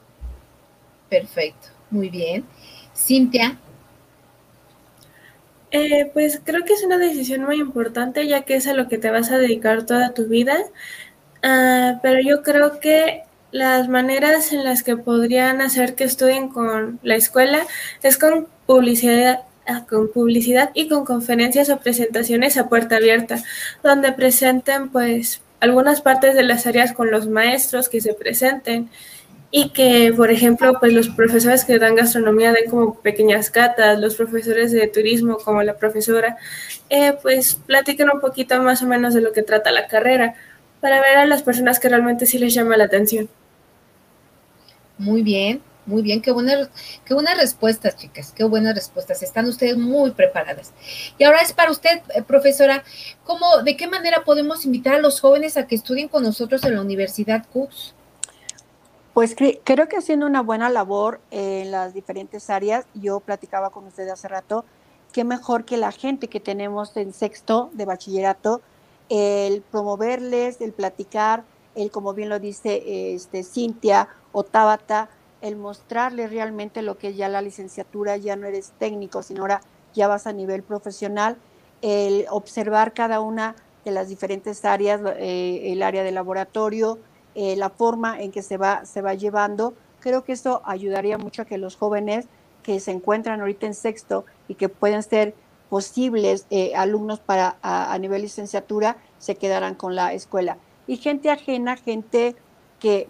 Perfecto, muy bien. Cintia. Pues creo que es una decisión muy importante, ya que es a lo que te vas a dedicar toda tu vida. Pero yo creo que las maneras en las que podrían hacer que estudien con la escuela es con publicidad y con conferencias o presentaciones a puerta abierta, donde presenten pues algunas partes de las áreas con los maestros que se presenten y que, por ejemplo, pues los profesores que dan gastronomía den como pequeñas catas, los profesores de turismo como la profesora, pues platiquen un poquito más o menos de lo que trata la carrera, para ver a las personas que realmente sí les llama la atención. Muy bien, qué buenas respuestas, chicas, qué buenas respuestas. Están ustedes muy preparadas. Y ahora es para usted, profesora, ¿de qué manera podemos invitar a los jóvenes a que estudien con nosotros en la Universidad Cooks? Pues creo que haciendo una buena labor en las diferentes áreas. Yo platicaba con usted hace rato, qué mejor que la gente que tenemos en sexto de bachillerato, el promoverles, el platicar, el, como bien lo dice Cintia o Tabata, el mostrarles realmente lo que es ya la licenciatura. Ya no eres técnico, sino ahora ya vas a nivel profesional, el observar cada una de las diferentes áreas, el área de laboratorio, la forma en que se va llevando. Creo que eso ayudaría mucho a que los jóvenes que se encuentran ahorita en sexto y que pueden ser posibles alumnos para a nivel licenciatura, se quedaran con la escuela. Y gente ajena, gente que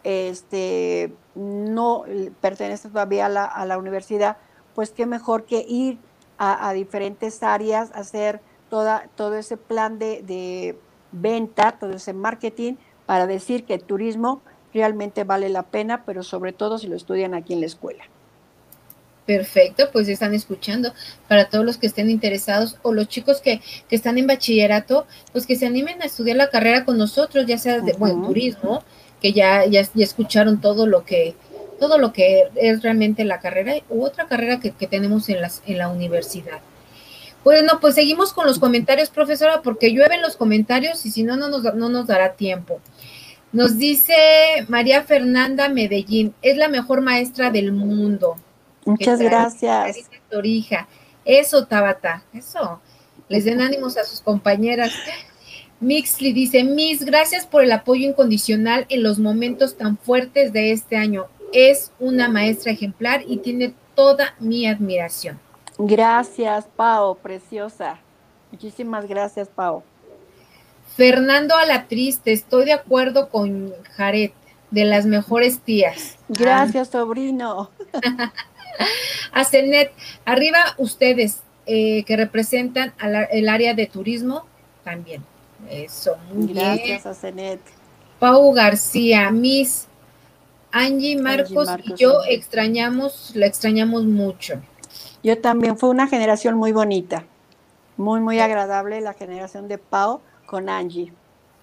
no pertenece todavía a la universidad, pues qué mejor que ir a diferentes áreas, hacer todo ese plan de venta, todo ese marketing, para decir que el turismo realmente vale la pena, pero sobre todo si lo estudian aquí en la escuela. Perfecto, pues están escuchando. Para todos los que estén interesados o los chicos que están en bachillerato, pues que se animen a estudiar la carrera con nosotros, ya sea de turismo, que ya escucharon todo lo que es realmente la carrera, u otra carrera que tenemos en la universidad. Bueno, pues seguimos con los comentarios, profesora, porque llueven los comentarios y si no, no nos dará tiempo. Nos dice María Fernanda Medellín, es la mejor maestra del mundo. Muchas gracias. Torija. Eso, Tabata, eso. Les den ánimos a sus compañeras. Mixly dice, Miss, gracias por el apoyo incondicional en los momentos tan fuertes de este año. Es una maestra ejemplar y tiene toda mi admiración. Gracias, Pao, preciosa. Muchísimas gracias, Pao. Fernando Alatriste, estoy de acuerdo con Jared, de las mejores tías. Gracias, sobrino. A Cenet, arriba ustedes que representan el área de turismo también. Eso, muy bien. Gracias a Cenet. Pau García, Miss Angie Marcos y yo la extrañamos mucho. Yo también, fue una generación muy bonita, muy agradable la generación de Pau con Angie.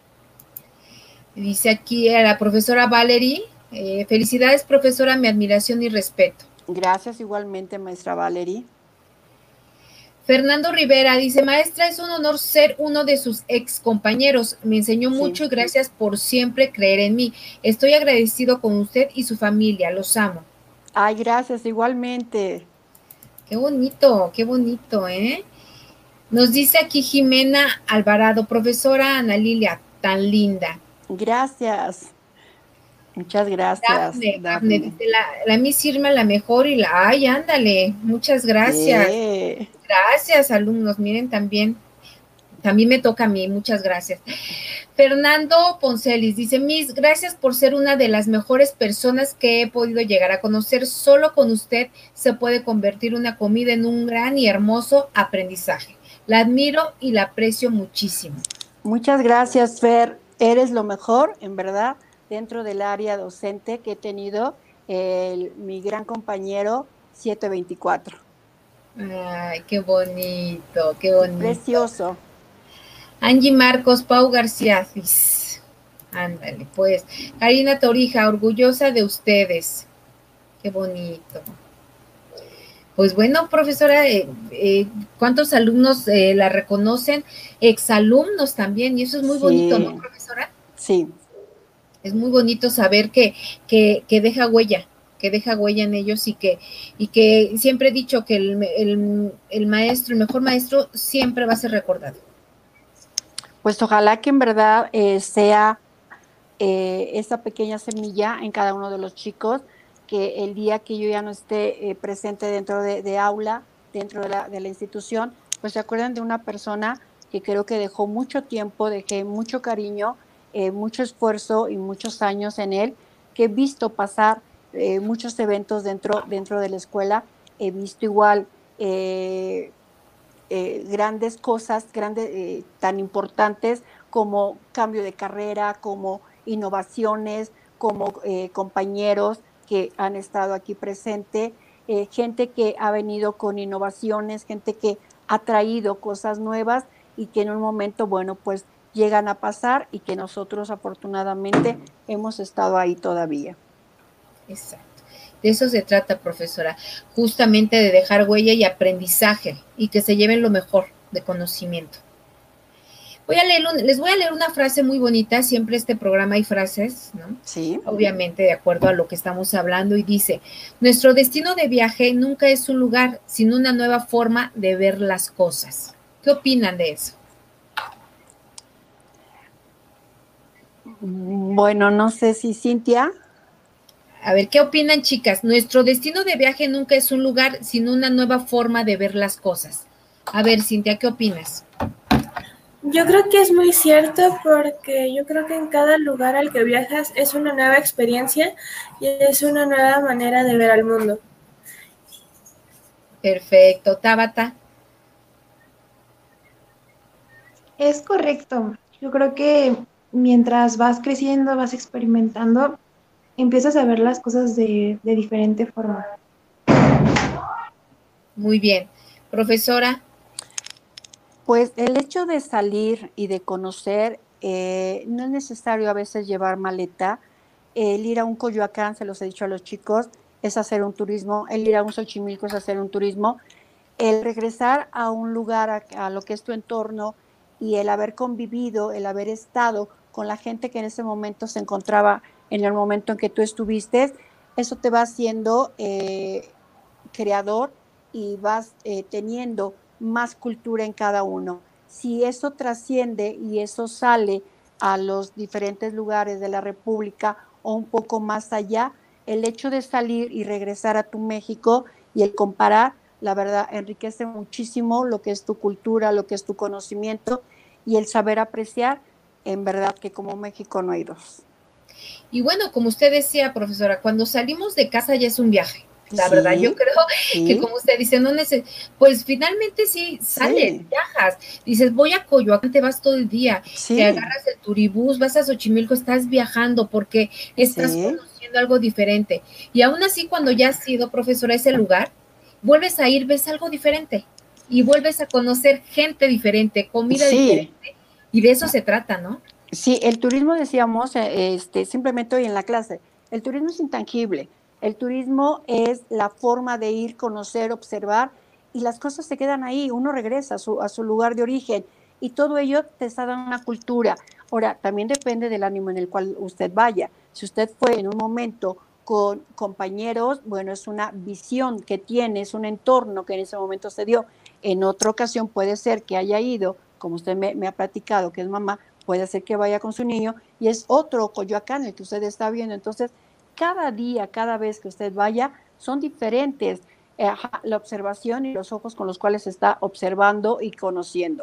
Dice aquí a la profesora Valerie, felicidades profesora, mi admiración y respeto. Gracias igualmente, maestra Valerie. Fernando Rivera dice, maestra, es un honor ser uno de sus ex compañeros, me enseñó mucho y gracias por siempre creer en mí. Estoy agradecido con usted y su familia, los amo. Ay, gracias, igualmente. Qué bonito, ¿eh? Nos dice aquí Jimena Alvarado, profesora Ana Lilia, tan linda. Gracias. Muchas gracias. Dafne. Dice, la Miss Irma la mejor y ay, ándale, muchas gracias. Gracias, alumnos, miren, también me toca a mí, muchas gracias. Fernando Poncelis dice, Miss, gracias por ser una de las mejores personas que he podido llegar a conocer. Solo con usted se puede convertir una comida en un gran y hermoso aprendizaje. La admiro y la aprecio muchísimo. Muchas gracias, Fer. Eres lo mejor, en verdad, dentro del área docente que he tenido, mi gran compañero 724. Ay, qué bonito. Precioso. Angie Marcos, Pau García, ándale, pues. Karina Torija, orgullosa de ustedes. Qué bonito. Pues bueno, profesora, ¿cuántos alumnos la reconocen? Exalumnos también, y eso es muy bonito, ¿no, profesora? Sí. Es muy bonito saber que deja huella deja huella en ellos y que siempre he dicho que el maestro, el mejor maestro siempre va a ser recordado. Pues ojalá que en verdad sea esa pequeña semilla en cada uno de los chicos, que el día que yo ya no esté presente dentro de aula, dentro de la institución, pues se acuerdan de una persona que creo que dejó mucho tiempo, dejé mucho cariño, mucho esfuerzo y muchos años en él, que he visto pasar muchos eventos dentro de la escuela, he visto igual grandes cosas, tan importantes como cambio de carrera, como innovaciones, como compañeros que han estado aquí presente, gente que ha venido con innovaciones, gente que ha traído cosas nuevas y que en un momento, bueno, pues llegan a pasar y que nosotros afortunadamente hemos estado ahí todavía. Exacto. De eso se trata, profesora, justamente de dejar huella y aprendizaje y que se lleven lo mejor de conocimiento. Les voy a leer una frase muy bonita, siempre este programa hay frases, ¿no? Sí. Obviamente de acuerdo a lo que estamos hablando y dice, nuestro destino de viaje nunca es un lugar, sino una nueva forma de ver las cosas. ¿Qué opinan de eso? Bueno, no sé si Cintia. A ver, ¿qué opinan, chicas? Nuestro destino de viaje nunca es un lugar, sino una nueva forma de ver las cosas. A ver, Cintia, ¿qué opinas? Yo creo que es muy cierto porque yo creo que en cada lugar al que viajas es una nueva experiencia y es una nueva manera de ver al mundo. Perfecto. Tabata. Es correcto. Yo creo que mientras vas creciendo, vas experimentando, empiezas a ver las cosas de diferente forma. Muy bien. Profesora. Pues el hecho de salir y de conocer, no es necesario a veces llevar maleta. El ir a un Coyoacán, se los he dicho a los chicos, es hacer un turismo. El ir a un Xochimilco es hacer un turismo. El regresar a un lugar, a lo que es tu entorno, y el haber convivido, el haber estado con la gente que en ese momento se encontraba en el momento en que tú estuviste, eso te va haciendo creador y vas teniendo más cultura en cada uno. Si eso trasciende y eso sale a los diferentes lugares de la República o un poco más allá, el hecho de salir y regresar a tu México y el comparar, la verdad, enriquece muchísimo lo que es tu cultura, lo que es tu conocimiento y el saber apreciar, en verdad que como México no hay dos. Y bueno, como usted decía, profesora, cuando salimos de casa ya es un viaje. La verdad, yo creo que como usted dice, pues finalmente sí sales, viajas, dices, voy a Coyoacán, te vas todo el día, te agarras el turibús, vas a Xochimilco, estás viajando porque estás conociendo algo diferente. Y aún así, cuando ya has sido profesora a ese lugar, vuelves a ir, ves algo diferente y vuelves a conocer gente diferente, comida diferente, y de eso se trata, ¿no? Sí, el turismo, decíamos, simplemente hoy en la clase, el turismo es intangible. El turismo es la forma de ir, conocer, observar, y las cosas se quedan ahí, uno regresa a su lugar de origen, y todo ello te está dando una cultura. Ahora, también depende del ánimo en el cual usted vaya. Si usted fue en un momento con compañeros, bueno, es una visión que tiene, es un entorno que en ese momento se dio. En otra ocasión puede ser que haya ido, como usted me ha platicado, que es mamá, puede ser que vaya con su niño, y es otro Coyoacán el que usted está viendo. Entonces, cada día, cada vez que usted vaya, son diferentes la observación y los ojos con los cuales se está observando y conociendo.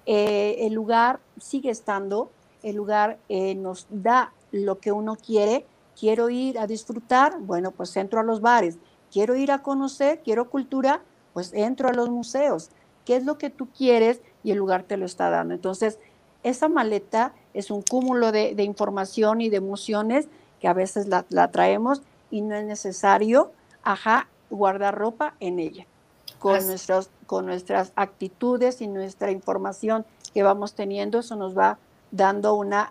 El lugar sigue estando, el lugar nos da lo que uno quiere. Quiero ir a disfrutar, bueno, pues entro a los bares. Quiero ir a conocer, quiero cultura, pues entro a los museos. ¿Qué es lo que tú quieres? Y el lugar te lo está dando. Entonces, esa maleta es un cúmulo de información y de emociones que a veces la traemos y no es necesario, guardar ropa en ella. Con nuestras actitudes y nuestra información que vamos teniendo, eso nos va dando una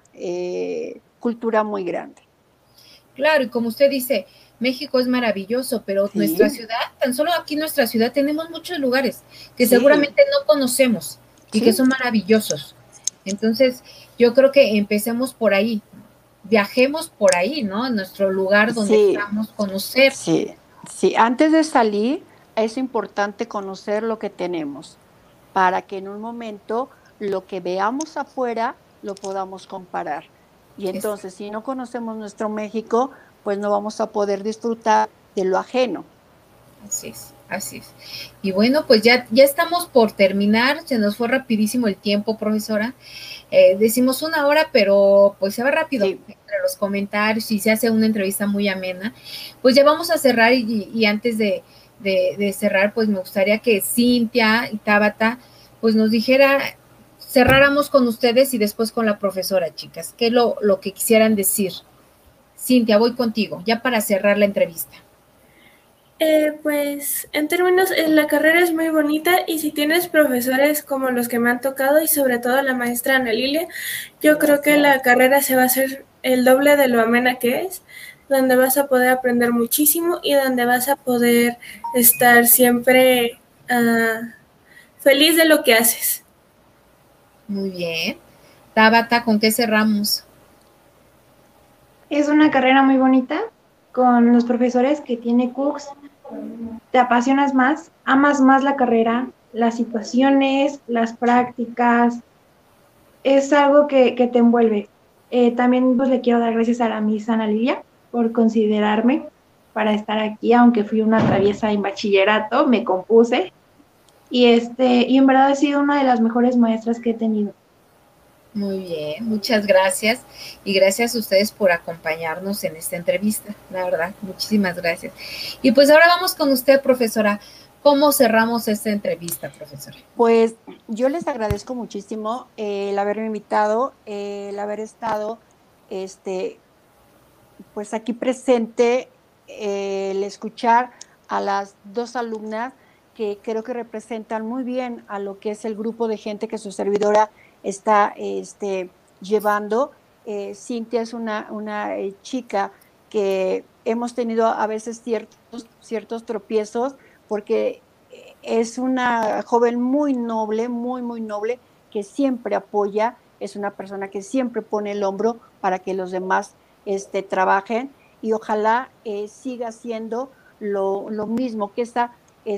cultura muy grande. Claro, y como usted dice, México es maravilloso, pero nuestra ciudad, tan solo aquí en nuestra ciudad tenemos muchos lugares que seguramente no conocemos y que son maravillosos. Entonces, yo creo que empecemos por ahí. viajemos por ahí, ¿no? En nuestro lugar donde queramos conocer. Sí, antes de salir es importante conocer lo que tenemos para que en un momento lo que veamos afuera lo podamos comparar. Y entonces, si no conocemos nuestro México, pues no vamos a poder disfrutar de lo ajeno. Así es, así es. Y bueno, pues ya estamos por terminar, se nos fue rapidísimo el tiempo, profesora. Decimos 1 hora, pero pues se va rápido entre los comentarios y se hace una entrevista muy amena. Pues ya vamos a cerrar y antes de cerrar, pues me gustaría que Cintia y Tabata pues nos dijera, cerráramos con ustedes y después con la profesora, chicas. ¿Qué es lo que quisieran decir? Cintia, voy contigo, ya para cerrar la entrevista. Pues en términos, la carrera es muy bonita y si tienes profesores como los que me han tocado y sobre todo la maestra Ana Lilia, yo creo que la carrera se va a hacer el doble de lo amena que es, donde vas a poder aprender muchísimo y donde vas a poder estar siempre feliz de lo que haces. Muy bien. Tabata, ¿con qué cerramos? Es una carrera muy bonita, con los profesores que tiene Cooks, te apasionas más, amas más la carrera, las situaciones, las prácticas, es algo que te envuelve. También pues le quiero dar gracias a la Miss Ana Lilia por considerarme para estar aquí, aunque fui una traviesa en bachillerato, me compuse y en verdad ha sido una de las mejores maestras que he tenido. Muy bien, muchas gracias y gracias a ustedes por acompañarnos en esta entrevista, la verdad, muchísimas gracias. Y pues ahora vamos con usted, profesora. ¿Cómo cerramos esta entrevista, profesora? Pues yo les agradezco muchísimo el haberme invitado, el haber estado pues aquí presente, el escuchar a las 2 alumnas que creo que representan muy bien a lo que es el grupo de gente que su servidora está llevando. Cintia es una chica que hemos tenido a veces ciertos tropiezos porque es una joven muy noble, muy noble, que siempre apoya, es una persona que siempre pone el hombro para que los demás trabajen y ojalá siga siendo lo mismo, que esa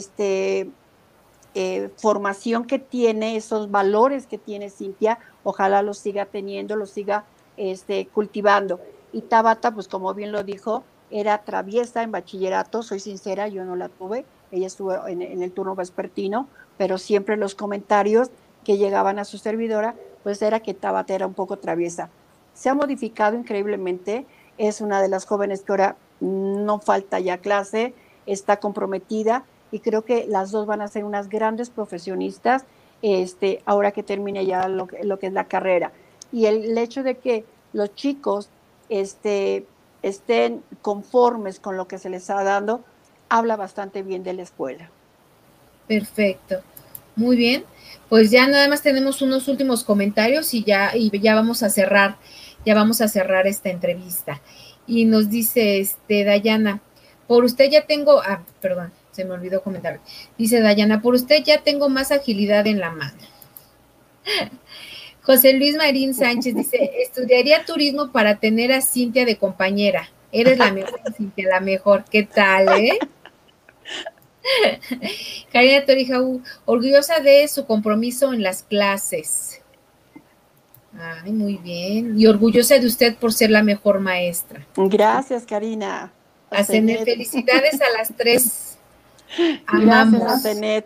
formación que tiene, esos valores que tiene Cintia, ojalá los siga teniendo, los siga cultivando. Y Tabata, pues como bien lo dijo, era traviesa en bachillerato, soy sincera, yo no la tuve, ella estuvo en el turno vespertino, pero siempre los comentarios que llegaban a su servidora, pues era que Tabata era un poco traviesa. Se ha modificado increíblemente, es una de las jóvenes que ahora no falta ya clase, está comprometida, y creo que las dos van a ser unas grandes profesionistas ahora que termine ya lo que es la carrera. Y el hecho de que los chicos estén conformes con lo que se les ha dado, habla bastante bien de la escuela. Perfecto. Muy bien. Pues ya nada más tenemos unos últimos comentarios y ya vamos a cerrar, esta entrevista. Y nos dice Dayana, por usted ya tengo, perdón, se me olvidó comentar. Dice Dayana, por usted ya tengo más agilidad en la mano. José Luis Marín Sánchez dice, estudiaría turismo para tener a Cintia de compañera. Eres la mejor, Cintia, la mejor. ¿Qué tal, Karina Torija, orgullosa de su compromiso en las clases. Ay, muy bien. Y orgullosa de usted por ser la mejor maestra. Gracias, Karina. A Zenet, felicidades a las 3. Amamos. Gracias, Zenet.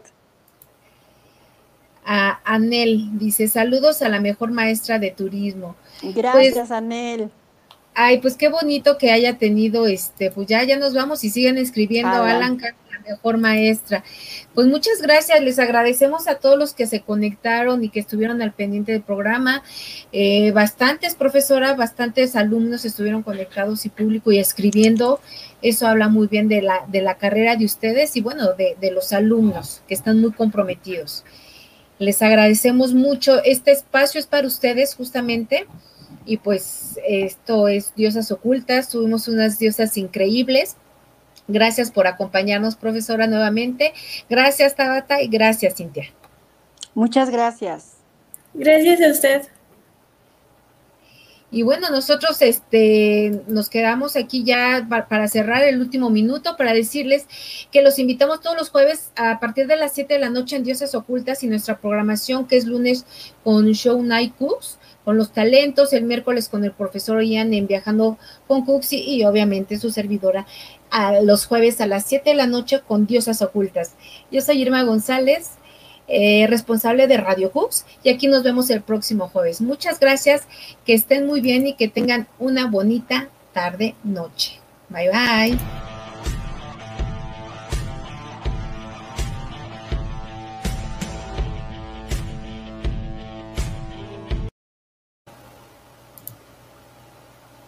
A Anel dice, saludos a la mejor maestra de turismo. Gracias, pues, Anel. Ay, pues qué bonito que haya tenido, pues ya nos vamos y siguen escribiendo Alan, la mejor maestra. Pues muchas gracias, les agradecemos a todos los que se conectaron y que estuvieron al pendiente del programa. Bastantes profesoras, bastantes alumnos estuvieron conectados y público y escribiendo. Eso habla muy bien de la carrera de ustedes y bueno, de los alumnos que están muy comprometidos. Les agradecemos mucho. Este espacio es para ustedes justamente. Y pues esto es Diosas Ocultas, tuvimos unas diosas increíbles. Gracias por acompañarnos, profesora, nuevamente. Gracias, Tabata, y gracias, Cintia. Muchas gracias. Gracias a usted. Y bueno, nosotros nos quedamos aquí ya para cerrar el último minuto, para decirles que los invitamos todos los jueves a partir de las 7 de la noche en Diosas Ocultas y nuestra programación, que es lunes con Show Night Cooks, con los talentos, el miércoles con el profesor Ian en Viajando con Cooks y obviamente su servidora a los jueves a las 7 de la noche con Diosas Ocultas. Yo soy Irma González, responsable de Radio Cooks, y aquí nos vemos el próximo jueves. Muchas gracias, que estén muy bien y que tengan una bonita tarde, noche. Bye, bye.